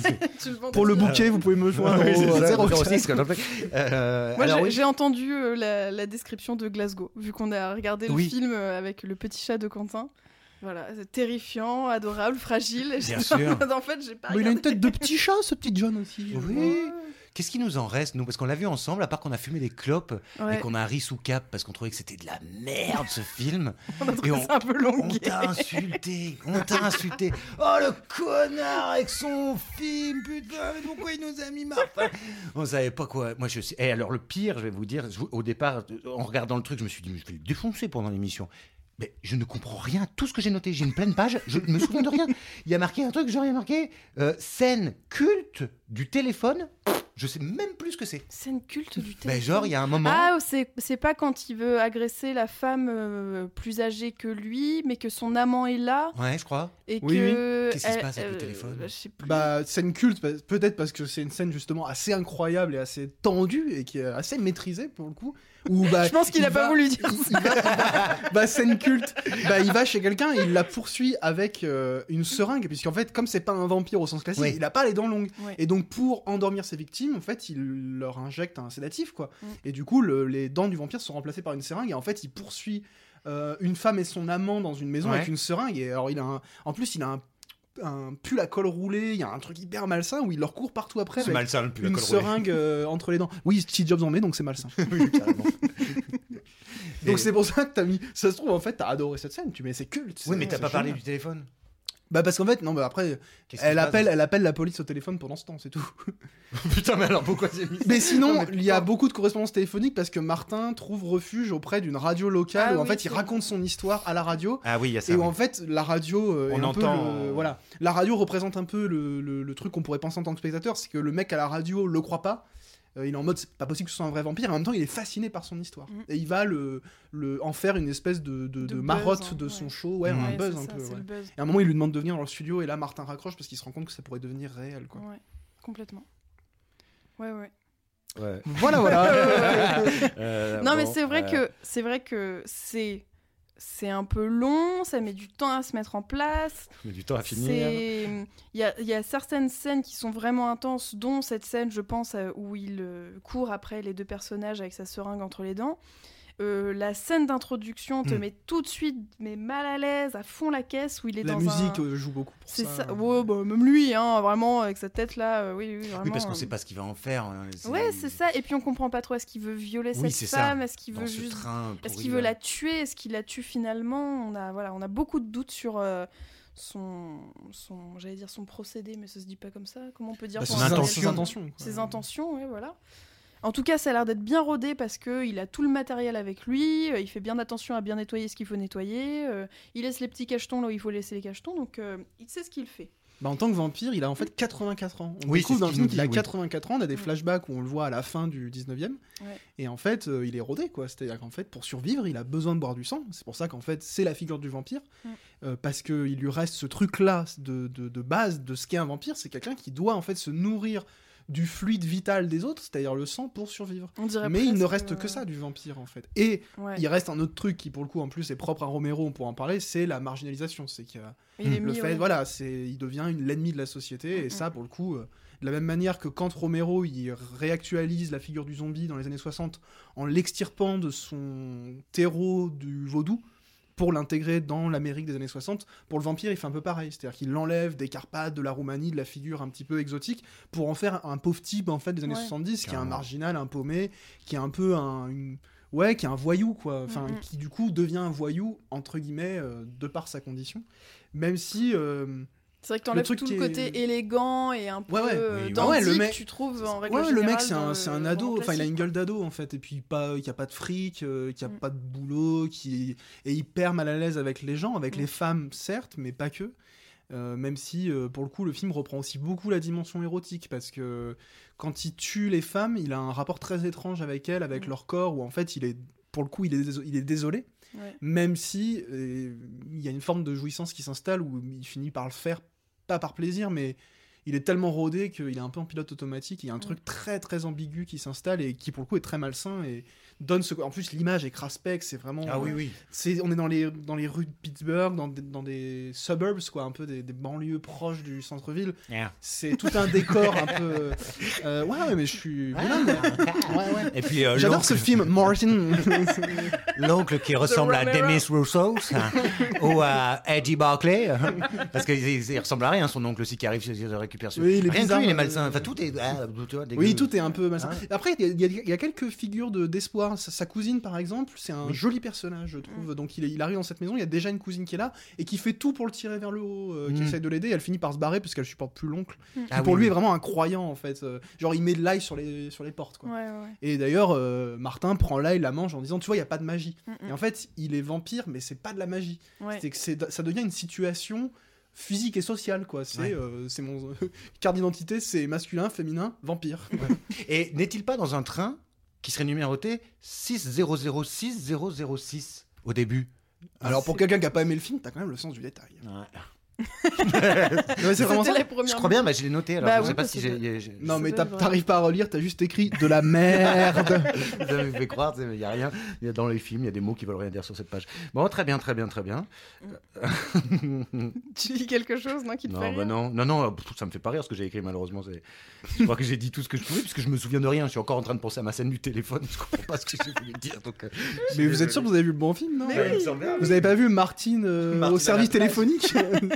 Pour le bouquet, vous pouvez me joindre oui, au zéro six. Euh, Moi, alors, j'ai, oui. j'ai entendu euh, la, la description de Glasgow, vu qu'on a regardé le oui. film euh, avec le petit chat de Quentin. Voilà, c'est terrifiant, adorable, fragile. Bien sûr. En fait, j'ai pas Mais il a une tête de petit chat, ce petit John aussi. Oui. Ouais. Qu'est-ce qui nous en reste, nous ? Parce qu'on l'a vu ensemble, à part qu'on a fumé des clopes, ouais. et qu'on a ri sous cap parce qu'on trouvait que c'était de la merde, ce film. On a trouvé et on, ça un peu longué. On t'a insulté, on t'a insulté. Oh, le connard avec son film, putain, mais pourquoi il nous a mis Martin ? On savait pas quoi. Moi, je sais. Et alors, le pire, je vais vous dire, au départ, en regardant le truc, je me suis dit, mais je vais le défoncer pendant l'émission. Mais je ne comprends rien. Tout ce que j'ai noté, j'ai une pleine page, je ne me souviens de rien. Il y a marqué un truc, genre il y a marqué euh, scène culte du téléphone. Je sais même plus ce que c'est. Scène culte du téléphone. Ben genre il y a un moment. Ah, c'est, c'est pas quand il veut agresser la femme euh, plus âgée que lui, mais que son amant est là. Ouais, je crois. Et oui, que. Oui. Qu'est-ce qui elle, se passe avec euh, le téléphone ? Je sais plus. Bah, scène culte, peut-être parce que c'est une scène justement assez incroyable et assez tendue et qui est assez maîtrisée pour le coup. Où, bah, je pense qu'il a va, pas voulu dire il, ça. Il va, il va, bah, scène culte. Bah, il va chez quelqu'un et il la poursuit avec euh, une seringue, puisqu'en fait, comme c'est pas un vampire au sens classique, oui. il a pas les dents longues. Oui. Et donc, pour endormir ses victimes, en fait, il leur injecte un sédatif, quoi. Mm. Et du coup, le, les dents du vampire sont remplacées par une seringue et en fait, il poursuit euh, une femme et son amant dans une maison Ouais. avec une seringue. Et alors, il a un... En plus, il a un... un pull à col roulé, il y a un truc hyper malsain où il leur court partout après C'est avec malsain le pull à une col roulé. seringue euh, entre les dents. Oui, Steve Jobs en met, donc c'est malsain. Oui, carrément. Donc Et- c'est pour ça que t'as mis... Ça se trouve, en fait, t'as adoré cette scène. Tu mets, c'est culte. Oui, mais c'est- t'as c'est pas parlé génial. du téléphone. Bah parce qu'en fait, non, bah après, Qu'est-ce qui elle se passe appelle, elle appelle la police au téléphone pendant ce temps, c'est tout. Putain, mais alors pourquoi c'est mis ça Mais sinon, Non, mais il y a putain. beaucoup de correspondances téléphoniques parce que Martin trouve refuge auprès d'une radio locale Ah où en oui, fait il c'est raconte son histoire à la radio. Ah oui, il y a ça. Et où oui. en fait la radio euh, On est un entend- peu le- voilà, la radio représente un peu le, le- le truc qu'on pourrait penser en tant que spectateur, c'est que le mec à la radio le croit pas. Euh, il est en mode c'est pas possible que ce soit un vrai vampire, et en même temps il est fasciné par son histoire. Mhm. Et il va le, le en faire une espèce de, de, De de buzz, marotte hein, de ouais. son show, ouais, Mhm. un Ouais, buzz c'est un ça, peu. c'est Ouais. le buzz. Et à un moment il lui demande de venir dans le studio et là Martin raccroche parce qu'il se rend compte que ça pourrait devenir réel quoi. Ouais, complètement. Ouais, ouais. Ouais. Voilà voilà. Euh, Non, mais bon, c'est vrai euh, que c'est vrai que c'est c'est un peu long, ça met du temps à se mettre en place. on a du temps à finir. C'est il y a, il y a certaines scènes qui sont vraiment intenses, dont cette scène, je pense, euh, où il euh, court après les deux personnages avec sa seringue entre les dents. Euh, la scène d'introduction te Mm. met tout de suite mais mal à l'aise, à fond la caisse, où il est La dans musique un... euh, joue beaucoup pour C'est ça. ça, ouais, bah, même lui, hein, vraiment, avec sa tête là, euh, oui, oui, vraiment. Oui, parce qu'on euh, sait pas ce qu'il va en faire. hein, Ouais, c'est ça, et puis on comprend pas trop, est-ce qu'il veut violer Oui, cette c'est ça. femme, est-ce qu'il Dans veut ce juste... train Est-ce pourri, qu'il veut là. la tuer, est-ce qu'il la tue finalement? On a, voilà, on a beaucoup de doutes sur euh, son, son j'allais dire son procédé, mais ça se dit pas comme ça, comment on peut dire Bah, pour son un ses intention. ses réel- intentions. quoi. Ses intentions, ouais, voilà. En tout cas, ça a l'air d'être bien rodé parce qu'il a tout le matériel avec lui, euh, il fait bien attention à bien nettoyer ce qu'il faut nettoyer, euh, il laisse les petits cachetons là où il faut laisser les cachetons, donc euh, il sait ce qu'il fait. Bah, en tant que vampire, il a en fait quatre-vingt-quatre ans. On Oui, découvre c'est ce dans le qu'il film nous qu'il a dit, oui. quatre-vingt-quatre ans, on a des Mm. flashbacks où on le voit à la fin du dix-neuvième. Ouais. Et en fait, euh, il est rodé, quoi. C'est-à-dire qu'en fait, pour survivre, il a besoin de boire du sang. C'est pour ça qu'en fait, c'est la figure du vampire. Mm. Euh, parce qu'il lui reste ce truc-là de, de, de base de ce qu'est un vampire. C'est quelqu'un qui doit en fait se nourrir du fluide vital des autres, c'est-à-dire le sang, pour survivre. On dirait Mais il ne presque, reste euh, que ça du vampire, en fait. Et ouais. il reste un autre truc qui, pour le coup, en plus, est propre à Romero, on pourra en parler, c'est la marginalisation. C'est qu'il y a Il est le mis, fait, ouais. voilà, c'est, il devient une, l'ennemi de la société, et Mhm. ça, pour le coup, euh, de la même manière que quand Romero, il réactualise la figure du zombie dans les années soixante en l'extirpant de son terreau du vaudou, pour l'intégrer dans l'Amérique des années soixante, pour le vampire, il fait un peu pareil. C'est-à-dire qu'il l'enlève des Carpates, de la Roumanie, de la figure un petit peu exotique, pour en faire un pauvre type, en fait, des années Ouais. soixante-dix, qui est un Carrément. marginal, un paumé, qui est un peu un... une- Ouais, qui est un voyou, quoi. Enfin, Mhm. qui, du coup, devient un voyou, entre guillemets, euh, de par sa condition. Même si... euh, C'est vrai que t'enlèves truc tout qui le est- côté élégant et un peu Ouais, ouais. euh, Oui, ouais. dandy Ouais, le que mec- tu trouves en règle Ouais, générale. le mec, c'est dans un, le c'est un roman ado, enfin, il a une classique, gueule d'ado, en fait, et puis pas, qui a pas de fric, euh, qui a Mm. pas de boulot, qui est hyper mal à l'aise avec les gens, avec Mm. les femmes, certes, mais pas que. Euh, même si, euh, pour le coup, le film reprend aussi beaucoup la dimension érotique, parce que quand il tue les femmes, il a un rapport très étrange avec elles, avec Mm. leur corps, où en fait, il est, pour le coup, il est, déso- il est désolé, quoi. Ouais. même si euh, il y a une forme de jouissance qui s'installe, où il finit par le faire, pas par plaisir, mais il est tellement rodé qu'il est un peu en pilote automatique. Il y a un Mm. truc très très ambigu qui s'installe et qui pour le coup est très malsain et donne ce. En plus, l'image est craspec, c'est vraiment. Ah oui, oui. C'est, on est dans les, dans les rues de Pittsburgh, dans des, dans des suburbs, quoi, un peu des, des banlieues proches du centre-ville. Yeah. C'est tout un décor un peu. euh, ouais, ouais, mais je suis. bilingue, ouais, ouais. Et puis euh, J'adore l'oncle- ce film, Martin. l'oncle qui ressemble à Romero. Demis Roussos hein, ou à Eddie Barclay, parce qu'il il ressemble à rien, son oncle aussi qui arrive chez de récupération. Oui, il est rien que bizarre, lui, il est euh, malsain. Enfin, tout est. Ah, tu vois, dégueu. Oui, tout est un peu malsain. Ouais. Après, il y, a- il y a- il y a quelques figures de, d'espoir. Sa, sa cousine, par exemple, c'est un Oui. joli personnage, je trouve. Donc, il, est- il arrive dans cette maison, il y a déjà une cousine qui est là et qui fait tout pour le tirer vers le haut, euh, qui Mm. essaie de l'aider. Elle finit par se barrer parce qu'elle supporte plus l'oncle. Qui, Ah pour oui, lui, oui. est vraiment un croyant, en fait. Euh, genre, il met de l'ail sur les, sur les portes, quoi. Ouais, ouais, ouais. Et d'ailleurs, euh, Martin prend l'ail, la mange en disant, tu vois, il n'y a pas de magie. Mm, Et en fait, il est vampire, mais c'est pas de la magie. mm. Ouais. C'est que c'est, ça devient une situation physique et sociale, quoi. C'est, Ouais. euh, c'est mon carte d'identité, c'est masculin, féminin, vampire. Et n'est-il pas dans un train qui serait numéroté six zéro zéro six zéro zéro six au début? Alors, pour quelqu'un qui a pas aimé le film, t'as quand même le sens du détail. Ouais. Ouais, c'est vraiment ça. C'était les premières Je crois bien, mais je l'ai noté. Alors Bah je oui, sais pas parce si que- j'ai. j'ai- Non, Ça mais doit t'as- être vrai. t'arrives pas à relire, t'as juste écrit de la merde. Vous avez fait croire, il y a rien. Il y a dans les films, il y a des mots qui veulent rien dire sur cette page. Bon, très bien, très bien, très bien. Tu dis quelque chose, non, qui te fait Non, rire bah non, non, non, pff, ça me fait pas rire ce que j'ai écrit malheureusement. C'est... Je crois que j'ai dit tout ce que je pouvais puisque je me souviens de rien. Je suis encore en train de penser à ma scène du téléphone. Je comprends pas ce que j'ai voulu dire. Donc, euh, je suis Mais vous êtes sûr désolé. que vous avez vu le bon film, non Mais Ouais, il me oui. semble bien. Vous avez pas vu Martine, euh, Martine au à service la plage. téléphonique?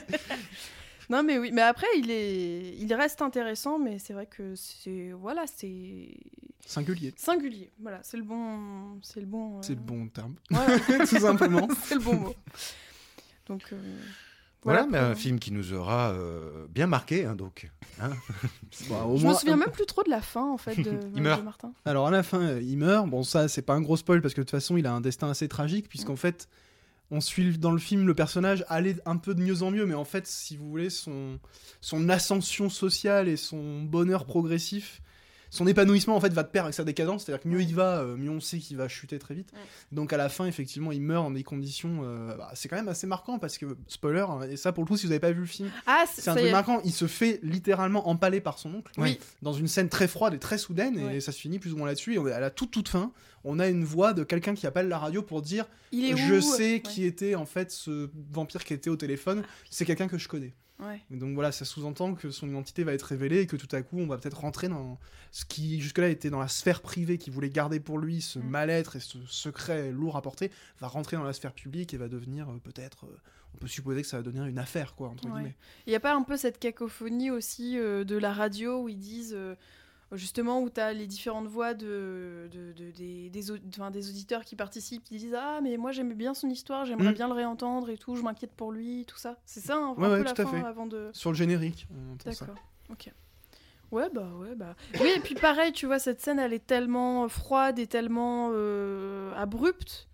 Non, mais oui, mais après, il est, il reste intéressant, mais c'est vrai que c'est, voilà, c'est Singulier. singulier. Voilà, c'est le bon, c'est le bon. euh, C'est le bon terme. Voilà, Tout simplement. c'est le bon mot. Donc. euh, Voilà, voilà mais pour- un film qui nous aura euh, bien marqué, hein, donc. hein. Bon, au Je moins- me souviens même plus trop de la fin en fait de, Il meurt. de Martin. Alors à la fin, euh, il meurt. Bon, ça, c'est pas un gros spoil parce que de toute façon, il a un destin assez tragique puisqu'en fait, on suit dans le film le personnage aller un peu de mieux en mieux, mais en fait, si vous voulez, son, son ascension sociale et son bonheur progressif, son épanouissement en fait va de pair avec sa décadence, c'est-à-dire que mieux il va, euh, mieux on sait qu'il va chuter très vite. Ouais. Donc à la fin, effectivement, il meurt dans des conditions. euh, bah, c'est quand même assez marquant parce que spoiler, hein, et ça pour le coup, si vous avez pas vu le film, Ah, c'est un ça y truc est. marquant. Il se fait littéralement empaler par son oncle Oui. dans une scène très froide et très soudaine, et Ouais. ça se finit plus ou moins là-dessus. Et on est à la toute toute fin, on a une voix de quelqu'un qui appelle la radio pour dire Il est je où sais Ouais. qui était en fait ce vampire qui était au téléphone, c'est quelqu'un que je connais. Ouais. Et donc voilà, ça sous-entend que son identité va être révélée et que tout à coup on va peut-être rentrer dans ce qui jusque-là était dans la sphère privée, qu'il voulait garder pour lui, ce Mm. mal-être et ce secret lourd à porter, va rentrer dans la sphère publique et va devenir euh, peut-être, euh, on peut supposer que ça va devenir une affaire quoi, entre Ouais. guillemets. Il n'y a pas un peu cette cacophonie aussi euh, de la radio où ils disent, euh, justement, où tu as les différentes voix de, de, de- des, des, au- enfin, des auditeurs qui participent, qui disent ah, mais moi j'aimais bien son histoire, j'aimerais Mm. bien le réentendre et tout, je m'inquiète pour lui, tout ça. C'est ça, hein, Ouais, un ouais, peu la tout à fin fait. avant de. Sur le générique, on entend ça. D'accord, ok. Ouais, bah, ouais, bah. Oui, et puis pareil, tu vois, cette scène, elle est tellement froide et tellement euh, abrupte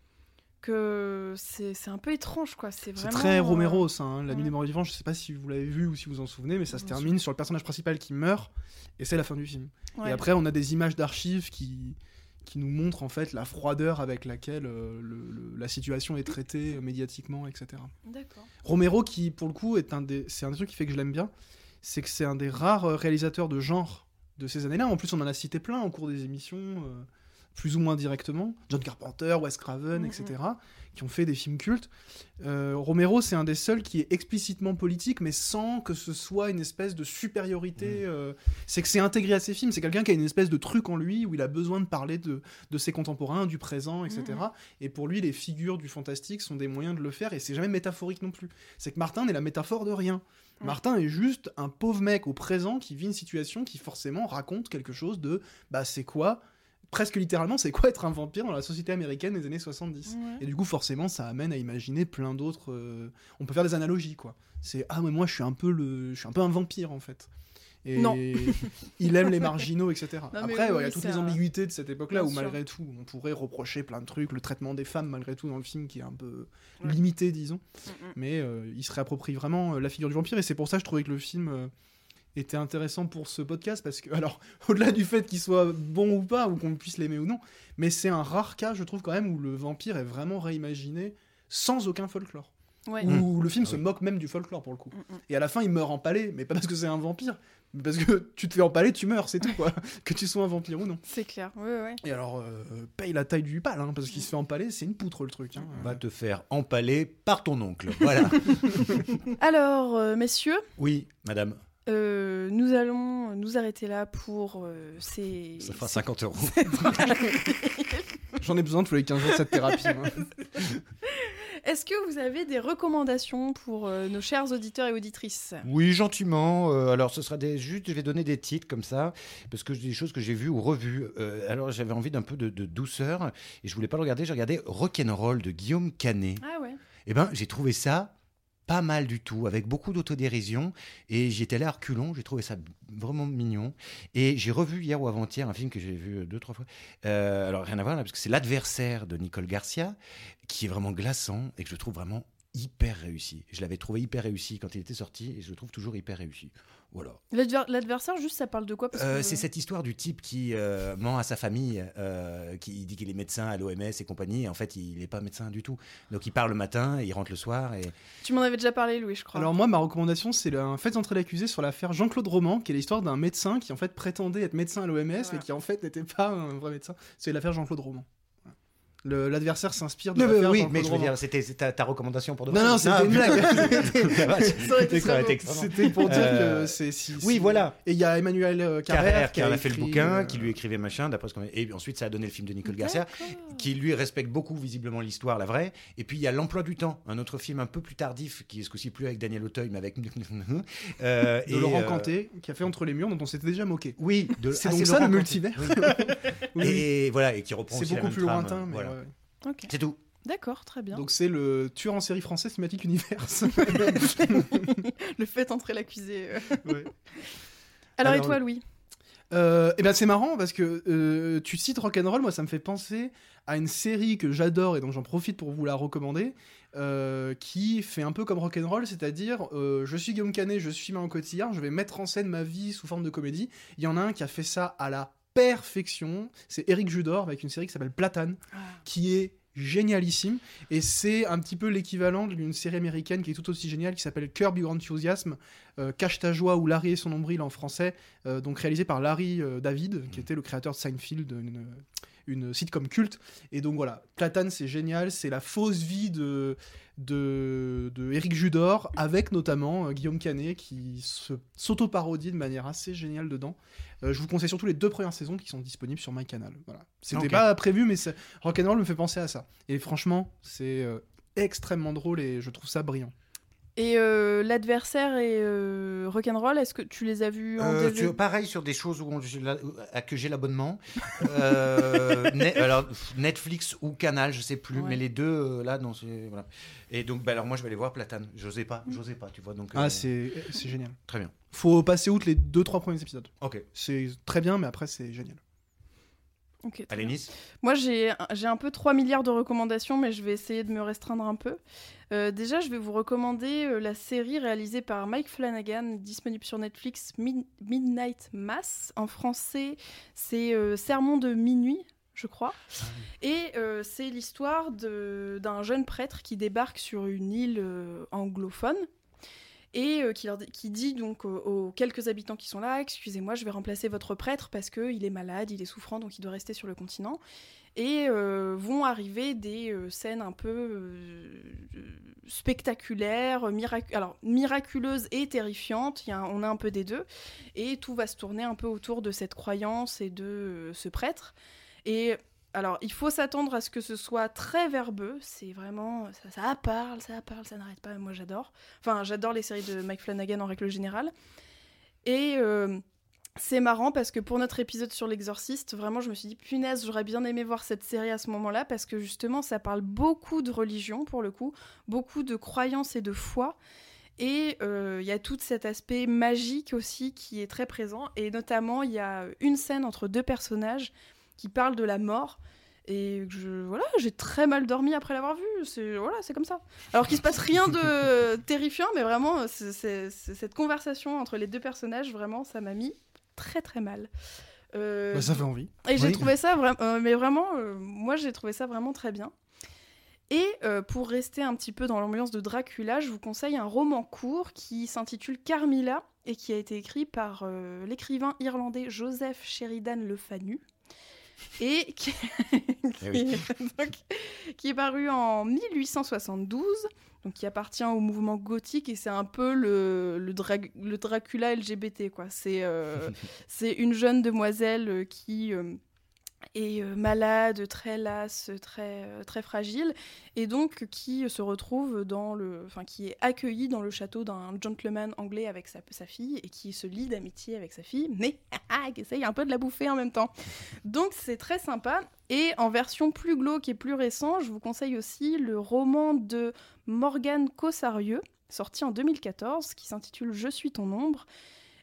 que c'est c'est un peu étrange, quoi. C'est C'est vraiment. très euh, Romero, ça, hein, La ouais. Nuit des Morts Vivants. Je sais pas si vous l'avez vu ou si vous en souvenez, mais ça se Bien termine sur le personnage principal qui meurt, et c'est la fin du film. ouais. Et après, on a des images d'archives qui, qui nous montrent en fait la froideur avec laquelle euh, le- le- la situation est traitée euh, médiatiquement, et cetera. D'accord. Romero, qui pour le coup est un des, c'est un des trucs qui fait que je l'aime bien, c'est que c'est un des rares euh, réalisateurs de genre de ces années-là. En plus, on en a cité plein au cours des émissions, euh, plus ou moins directement. John Carpenter, Wes Craven, Mhm. et cetera, qui ont fait des films cultes. Euh, Romero, c'est un des seuls qui est explicitement politique, mais sans que ce soit une espèce de supériorité. euh, C'est que c'est intégré à ses films. C'est quelqu'un qui a une espèce de truc en lui où il a besoin de parler de, de ses contemporains, du présent, et cetera. Et pour lui, les figures du fantastique sont des moyens de le faire, et c'est jamais métaphorique non plus. C'est que Martin n'est la métaphore de rien. Ouais. Martin est juste un pauvre mec au présent qui vit une situation qui forcément raconte quelque chose de bah c'est quoi, presque littéralement, c'est quoi être un vampire dans la société américaine des années soixante-dix. Ouais. Et du coup, forcément, ça amène à imaginer plein d'autres. euh, On peut faire des analogies, quoi. C'est ah mais moi je suis un peu le, je suis un peu un vampire en fait. Et Non. il aime les marginaux, et cetera. Non, mais Après, oui, ouais, il y a oui, toutes c'est les un- ambiguïtés de cette époque-là Bien où sûr. malgré tout, on pourrait reprocher plein de trucs, le traitement des femmes malgré tout dans le film qui est un peu Ouais. limité, disons. Mm-mm. Mais euh, il se réapproprie vraiment euh, la figure du vampire, et c'est pour ça que je trouvais que le film euh, était intéressant pour ce podcast, parce que, alors, au-delà du fait qu'il soit bon ou pas, ou qu'on puisse l'aimer ou non, mais c'est un rare cas, je trouve, quand même, où le vampire est vraiment réimaginé sans aucun folklore. Ouais. Où le film Ah se oui. moque même du folklore, pour le coup. Mm-mm. Et à la fin, il meurt empalé, mais pas parce que c'est un vampire, mais parce que tu te fais empaler, tu meurs, c'est tout, quoi. Que tu sois un vampire ou non. C'est clair. Ouais, ouais. Et alors, euh, paye la taille du pal, hein, parce qu'il se fait empaler, c'est une poutre, le truc. Hein. Va te faire empaler par ton oncle. Voilà. Alors, euh, messieurs, Oui, madame. euh, nous allons nous arrêter là pour euh, ces. Ça fera cinquante euros. J'en ai besoin tous les quinze jours de cette thérapie. hein. Est-ce que vous avez des recommandations pour euh, nos chers auditeurs et auditrices? Oui, gentiment. Euh, alors, ce sera des, juste, je vais donner des titres comme ça, parce que j'ai des choses que j'ai vues ou revues. Euh, alors, j'avais envie d'un peu de, de douceur, et je voulais pas le regarder. J'ai regardé Rock'n'Roll de Guillaume Canet. Ah ouais. Eh ben, j'ai trouvé ça pas mal du tout, avec beaucoup d'autodérision, et j'y étais allé à reculons, j'ai trouvé ça vraiment mignon. Et j'ai revu hier ou avant-hier un film que j'ai vu deux, trois fois. Euh, alors, rien à voir là, parce que c'est L'Adversaire de Nicole Garcia, qui est vraiment glaçant et que je trouve vraiment hyper réussi. Je l'avais trouvé hyper réussi quand il était sorti et je le trouve toujours hyper réussi. Voilà. L'adver- L'adversaire, juste, ça parle de quoi? Parce Euh, que... C'est cette histoire du type qui euh, ment à sa famille, euh, qui dit qu'il est médecin à l'O M S et compagnie, et en fait il n'est pas médecin du tout. Donc il part le matin, et il rentre le soir. Et... Tu m'en avais déjà parlé, Louis, je crois. Alors moi, ma recommandation, c'est un fait entrer l'accusé sur l'affaire Jean-Claude Roman, qui est l'histoire d'un médecin qui en fait prétendait être médecin à l'O M S, Voilà. mais qui en fait n'était pas un vrai médecin. C'est l'affaire Jean-Claude Roman. Le- L'adversaire s'inspire de Non, mais l'affaire oui, Jean-Claude mais je veux Roman. dire, c'était c'était ta, ta recommandation pour de Non, non, c'était Ah, une putain. blague. Ça va, Ça aurait été ça aurait très été beau. excellent. C'était pour dire Euh, que c'est si, Oui, si- voilà. Et il y a Emmanuel euh, Carrère, Carrère qui en a fait le écrit, bouquin, euh, qui lui écrivait machin, d'après ce qu'on... Et ensuite, ça a donné le film de Nicole Garcia, D'accord. qui lui respecte beaucoup visiblement l'histoire, la vraie. Et puis il y a L'Emploi du Temps, un autre film un peu plus tardif, qui est ce coup-ci plus avec Daniel Auteuil, mais avec... euh, de et, Laurent euh, Canté, qui a fait Entre les murs, dont on s'était déjà moqué. Oui, de... C'est ah, donc c'est ça, Laurent le Canté. multivers. Oui. Oui, oui. Et voilà, et qui reprend C'est aussi la beaucoup même plus trame, lointain, mais voilà. ouais, ouais. Ok. C'est tout. D'accord, très bien. Donc c'est le tueur en série français Cinematic Universe. Le fait entrer l'accusé. euh. Ouais. Alors, et Alors, toi, Louis? Euh, et ben c'est marrant parce que euh, tu cites Rock'n'Roll, moi ça me fait penser à une série que j'adore et donc j'en profite pour vous la recommander, euh, qui fait un peu comme Rock'n'Roll, c'est-à-dire euh, je suis Guillaume Canet, je suis Marion Cotillard, je vais mettre en scène ma vie sous forme de comédie. Il y en a un qui a fait ça à la perfection, c'est Éric Judor avec une série qui s'appelle Platane, Ah. qui est génialissime, et c'est un petit peu l'équivalent d'une série américaine qui est tout aussi géniale qui s'appelle Curb Your Enthusiasm, euh, Cache ta joie ou Larry et son nombril en français, euh, donc réalisé par Larry euh, David, qui était le créateur de Seinfeld, une, une sitcom culte. Et donc voilà, Platane, c'est génial, c'est la fausse vie de de, de Éric Judor, avec notamment euh, Guillaume Canet qui se, s'auto-parodie de manière assez géniale dedans. Euh, je vous conseille surtout les deux premières saisons qui sont disponibles sur MyCanal. Voilà. C'était Ok. pas prévu, mais c'est- Rock'n'Roll me fait penser à ça. Et franchement, c'est euh, extrêmement drôle et je trouve ça brillant. Et euh, l'adversaire et euh, Rock'n'Roll, est-ce que tu les as vus en Euh, D V D? tu- pareil sur des choses où on- j'ai la- à que j'ai l'abonnement. Euh, Net- alors, pff, Netflix ou Canal, je sais plus, Ouais. mais les deux euh, là, non, c'est voilà. Et donc, bah, alors moi, je vais aller voir Platane. J'osais pas, j'osais pas, tu vois. Donc, euh, Ah, c'est c'est génial. très bien. Faut passer outre les deux trois premiers épisodes. Ok. C'est très bien, mais après, c'est génial. Ok, très Allez, bien. Nice. Moi, j'ai j'ai un peu trois milliards de recommandations, mais je vais essayer de me restreindre un peu. Euh, déjà, je vais vous recommander euh, la série réalisée par Mike Flanagan, disponible sur Netflix, Mid- Midnight Mass. En français, c'est euh, Sermon de minuit, je crois. Et euh, c'est l'histoire de- d'un jeune prêtre qui débarque sur une île euh, anglophone. Et euh, qui, leur dit- qui dit donc aux, aux quelques habitants qui sont là, excusez-moi, je vais remplacer votre prêtre parce qu'il est malade, il est souffrant, donc il doit rester sur le continent. Et euh, vont arriver des euh, scènes un peu euh, spectaculaires, miracu- alors miraculeuses et terrifiantes. Il y a un- on a un peu des deux. Et tout va se tourner un peu autour de cette croyance et de euh, ce prêtre. Et alors, il faut s'attendre à ce que ce soit très verbeux. C'est vraiment... Ça, ça parle, ça parle, ça n'arrête pas. Moi, j'adore. Enfin, j'adore les séries de Mike Flanagan en règle générale. Et euh, c'est marrant parce que pour notre épisode sur l'exorciste, vraiment, je me suis dit, punaise, j'aurais bien aimé voir cette série à ce moment-là parce que justement, ça parle beaucoup de religion, pour le coup, beaucoup de croyances et de foi. Et il euh, y a tout cet aspect magique aussi qui est très présent. Et notamment, il y a une scène entre deux personnages qui parle de la mort, et je, voilà, j'ai très mal dormi après l'avoir vu, c'est, voilà, c'est comme ça. Alors qu'il se passe rien de terrifiant, mais vraiment, c'est, c'est, c'est cette conversation entre les deux personnages, vraiment, ça m'a mis très très mal. Euh, Bah, ça fait envie. et j'ai Oui. trouvé ça vraiment, euh, mais vraiment, euh, moi j'ai trouvé ça vraiment très bien. Et euh, pour rester un petit peu dans l'ambiance de Dracula, je vous conseille un roman court qui s'intitule Carmilla et qui a été écrit par euh, l'écrivain irlandais Joseph Sheridan Le Fanu. Et qui, Eh oui. qui- donc, qui est paru en mille huit cent soixante-douze, donc qui appartient au mouvement gothique, et c'est un peu le, le, Dra- le Dracula L G B T, quoi. C'est, euh, c'est une jeune demoiselle euh, qui euh, est euh, malade, très lasse, très, euh, très fragile, et donc qui se retrouve dans le... Enfin, qui est accueillie dans le château d'un gentleman anglais avec sa, sa fille, et qui se lie d'amitié avec sa fille, mais qui essaye un peu de la bouffer en même temps. Donc c'est très sympa. Et en version plus glauque et plus récent, je vous conseille aussi le roman de Morgane Cossarieux, sorti en deux mille quatorze, qui s'intitule « Je suis ton ombre ».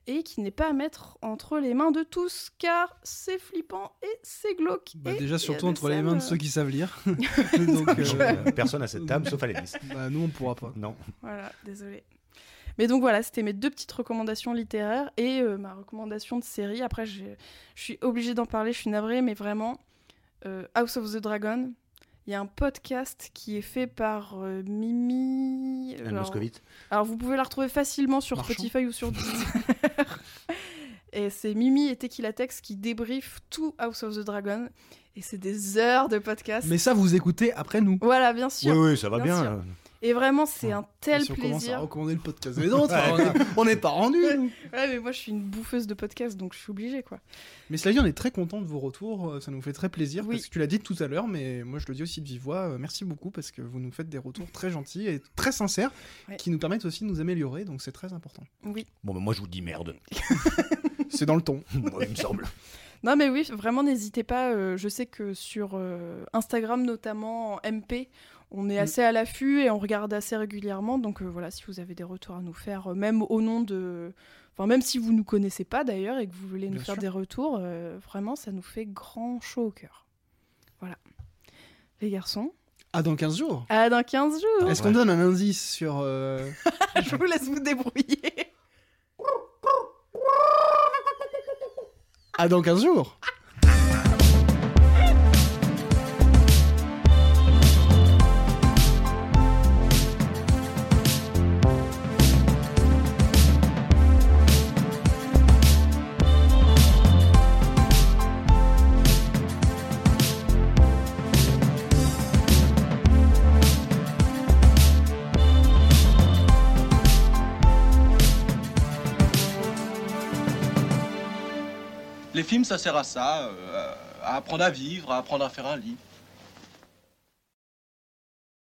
et qui n'est pas à mettre entre les mains de tous, car c'est flippant et c'est glauque. Bah, Et il y déjà, a surtout des entre les scènes, mains de euh, ceux qui savent lire. Donc, euh, Euh, Personne à cette table, sauf Alénis. bah, nous, on pourra pas. Non. Voilà, désolé. Mais donc voilà, c'était mes deux petites recommandations littéraires et euh, ma recommandation de série. Après, j'ai- je suis obligée d'en parler, je suis navrée, mais vraiment, euh, House of the Dragon, il y a un podcast qui est fait par euh, Mimi... Anne alors- Moscovite. Alors, vous pouvez la retrouver facilement sur Marchand. Spotify ou sur Deezer. Et c'est Mimi et Tequila Tex qui débriefent tout House of the Dragon. Et c'est des heures de podcast. Mais ça, vous écoutez après nous. Voilà, bien sûr. Oui, oui, ça va Bien bien. sûr. là. Et vraiment, c'est un tel Si on commence à plaisir. recommander le podcast des autres, on est- on n'est pas rendu. nous. Ouais, mais moi, je suis une bouffeuse de podcast, donc je suis obligée, quoi. Mais cela dit, on est très content de vos retours. euh, Ça nous fait très plaisir. Oui. Parce que tu l'as dit tout à l'heure, mais moi je le dis aussi de vive voix. euh, Merci beaucoup parce que vous nous faites des retours très gentils et très sincères Ouais. qui nous permettent aussi de nous améliorer. Donc c'est très important. Oui. Bon, bah, moi, je vous dis merde. C'est dans le ton. Moi, il me semble. Non, mais oui, vraiment, n'hésitez pas. euh, je sais que sur euh, Instagram, notamment en M P, on est Mm. assez à l'affût et on regarde assez régulièrement. Donc euh, voilà, si vous avez des retours à nous faire, euh, même au nom de... Enfin, même si vous ne nous connaissez pas d'ailleurs et que vous voulez nous Bien faire sûr. des retours, euh, vraiment, ça nous fait grand chaud au cœur. Voilà. Les garçons, Ah, dans quinze jours. à dans quinze jours. Est-ce ouais. qu'on donne un indice sur. euh, Je vous laisse vous débrouiller. Ah, dans quinze jours. Les films, ça sert à ça, euh, à apprendre à vivre, à apprendre à faire un lit.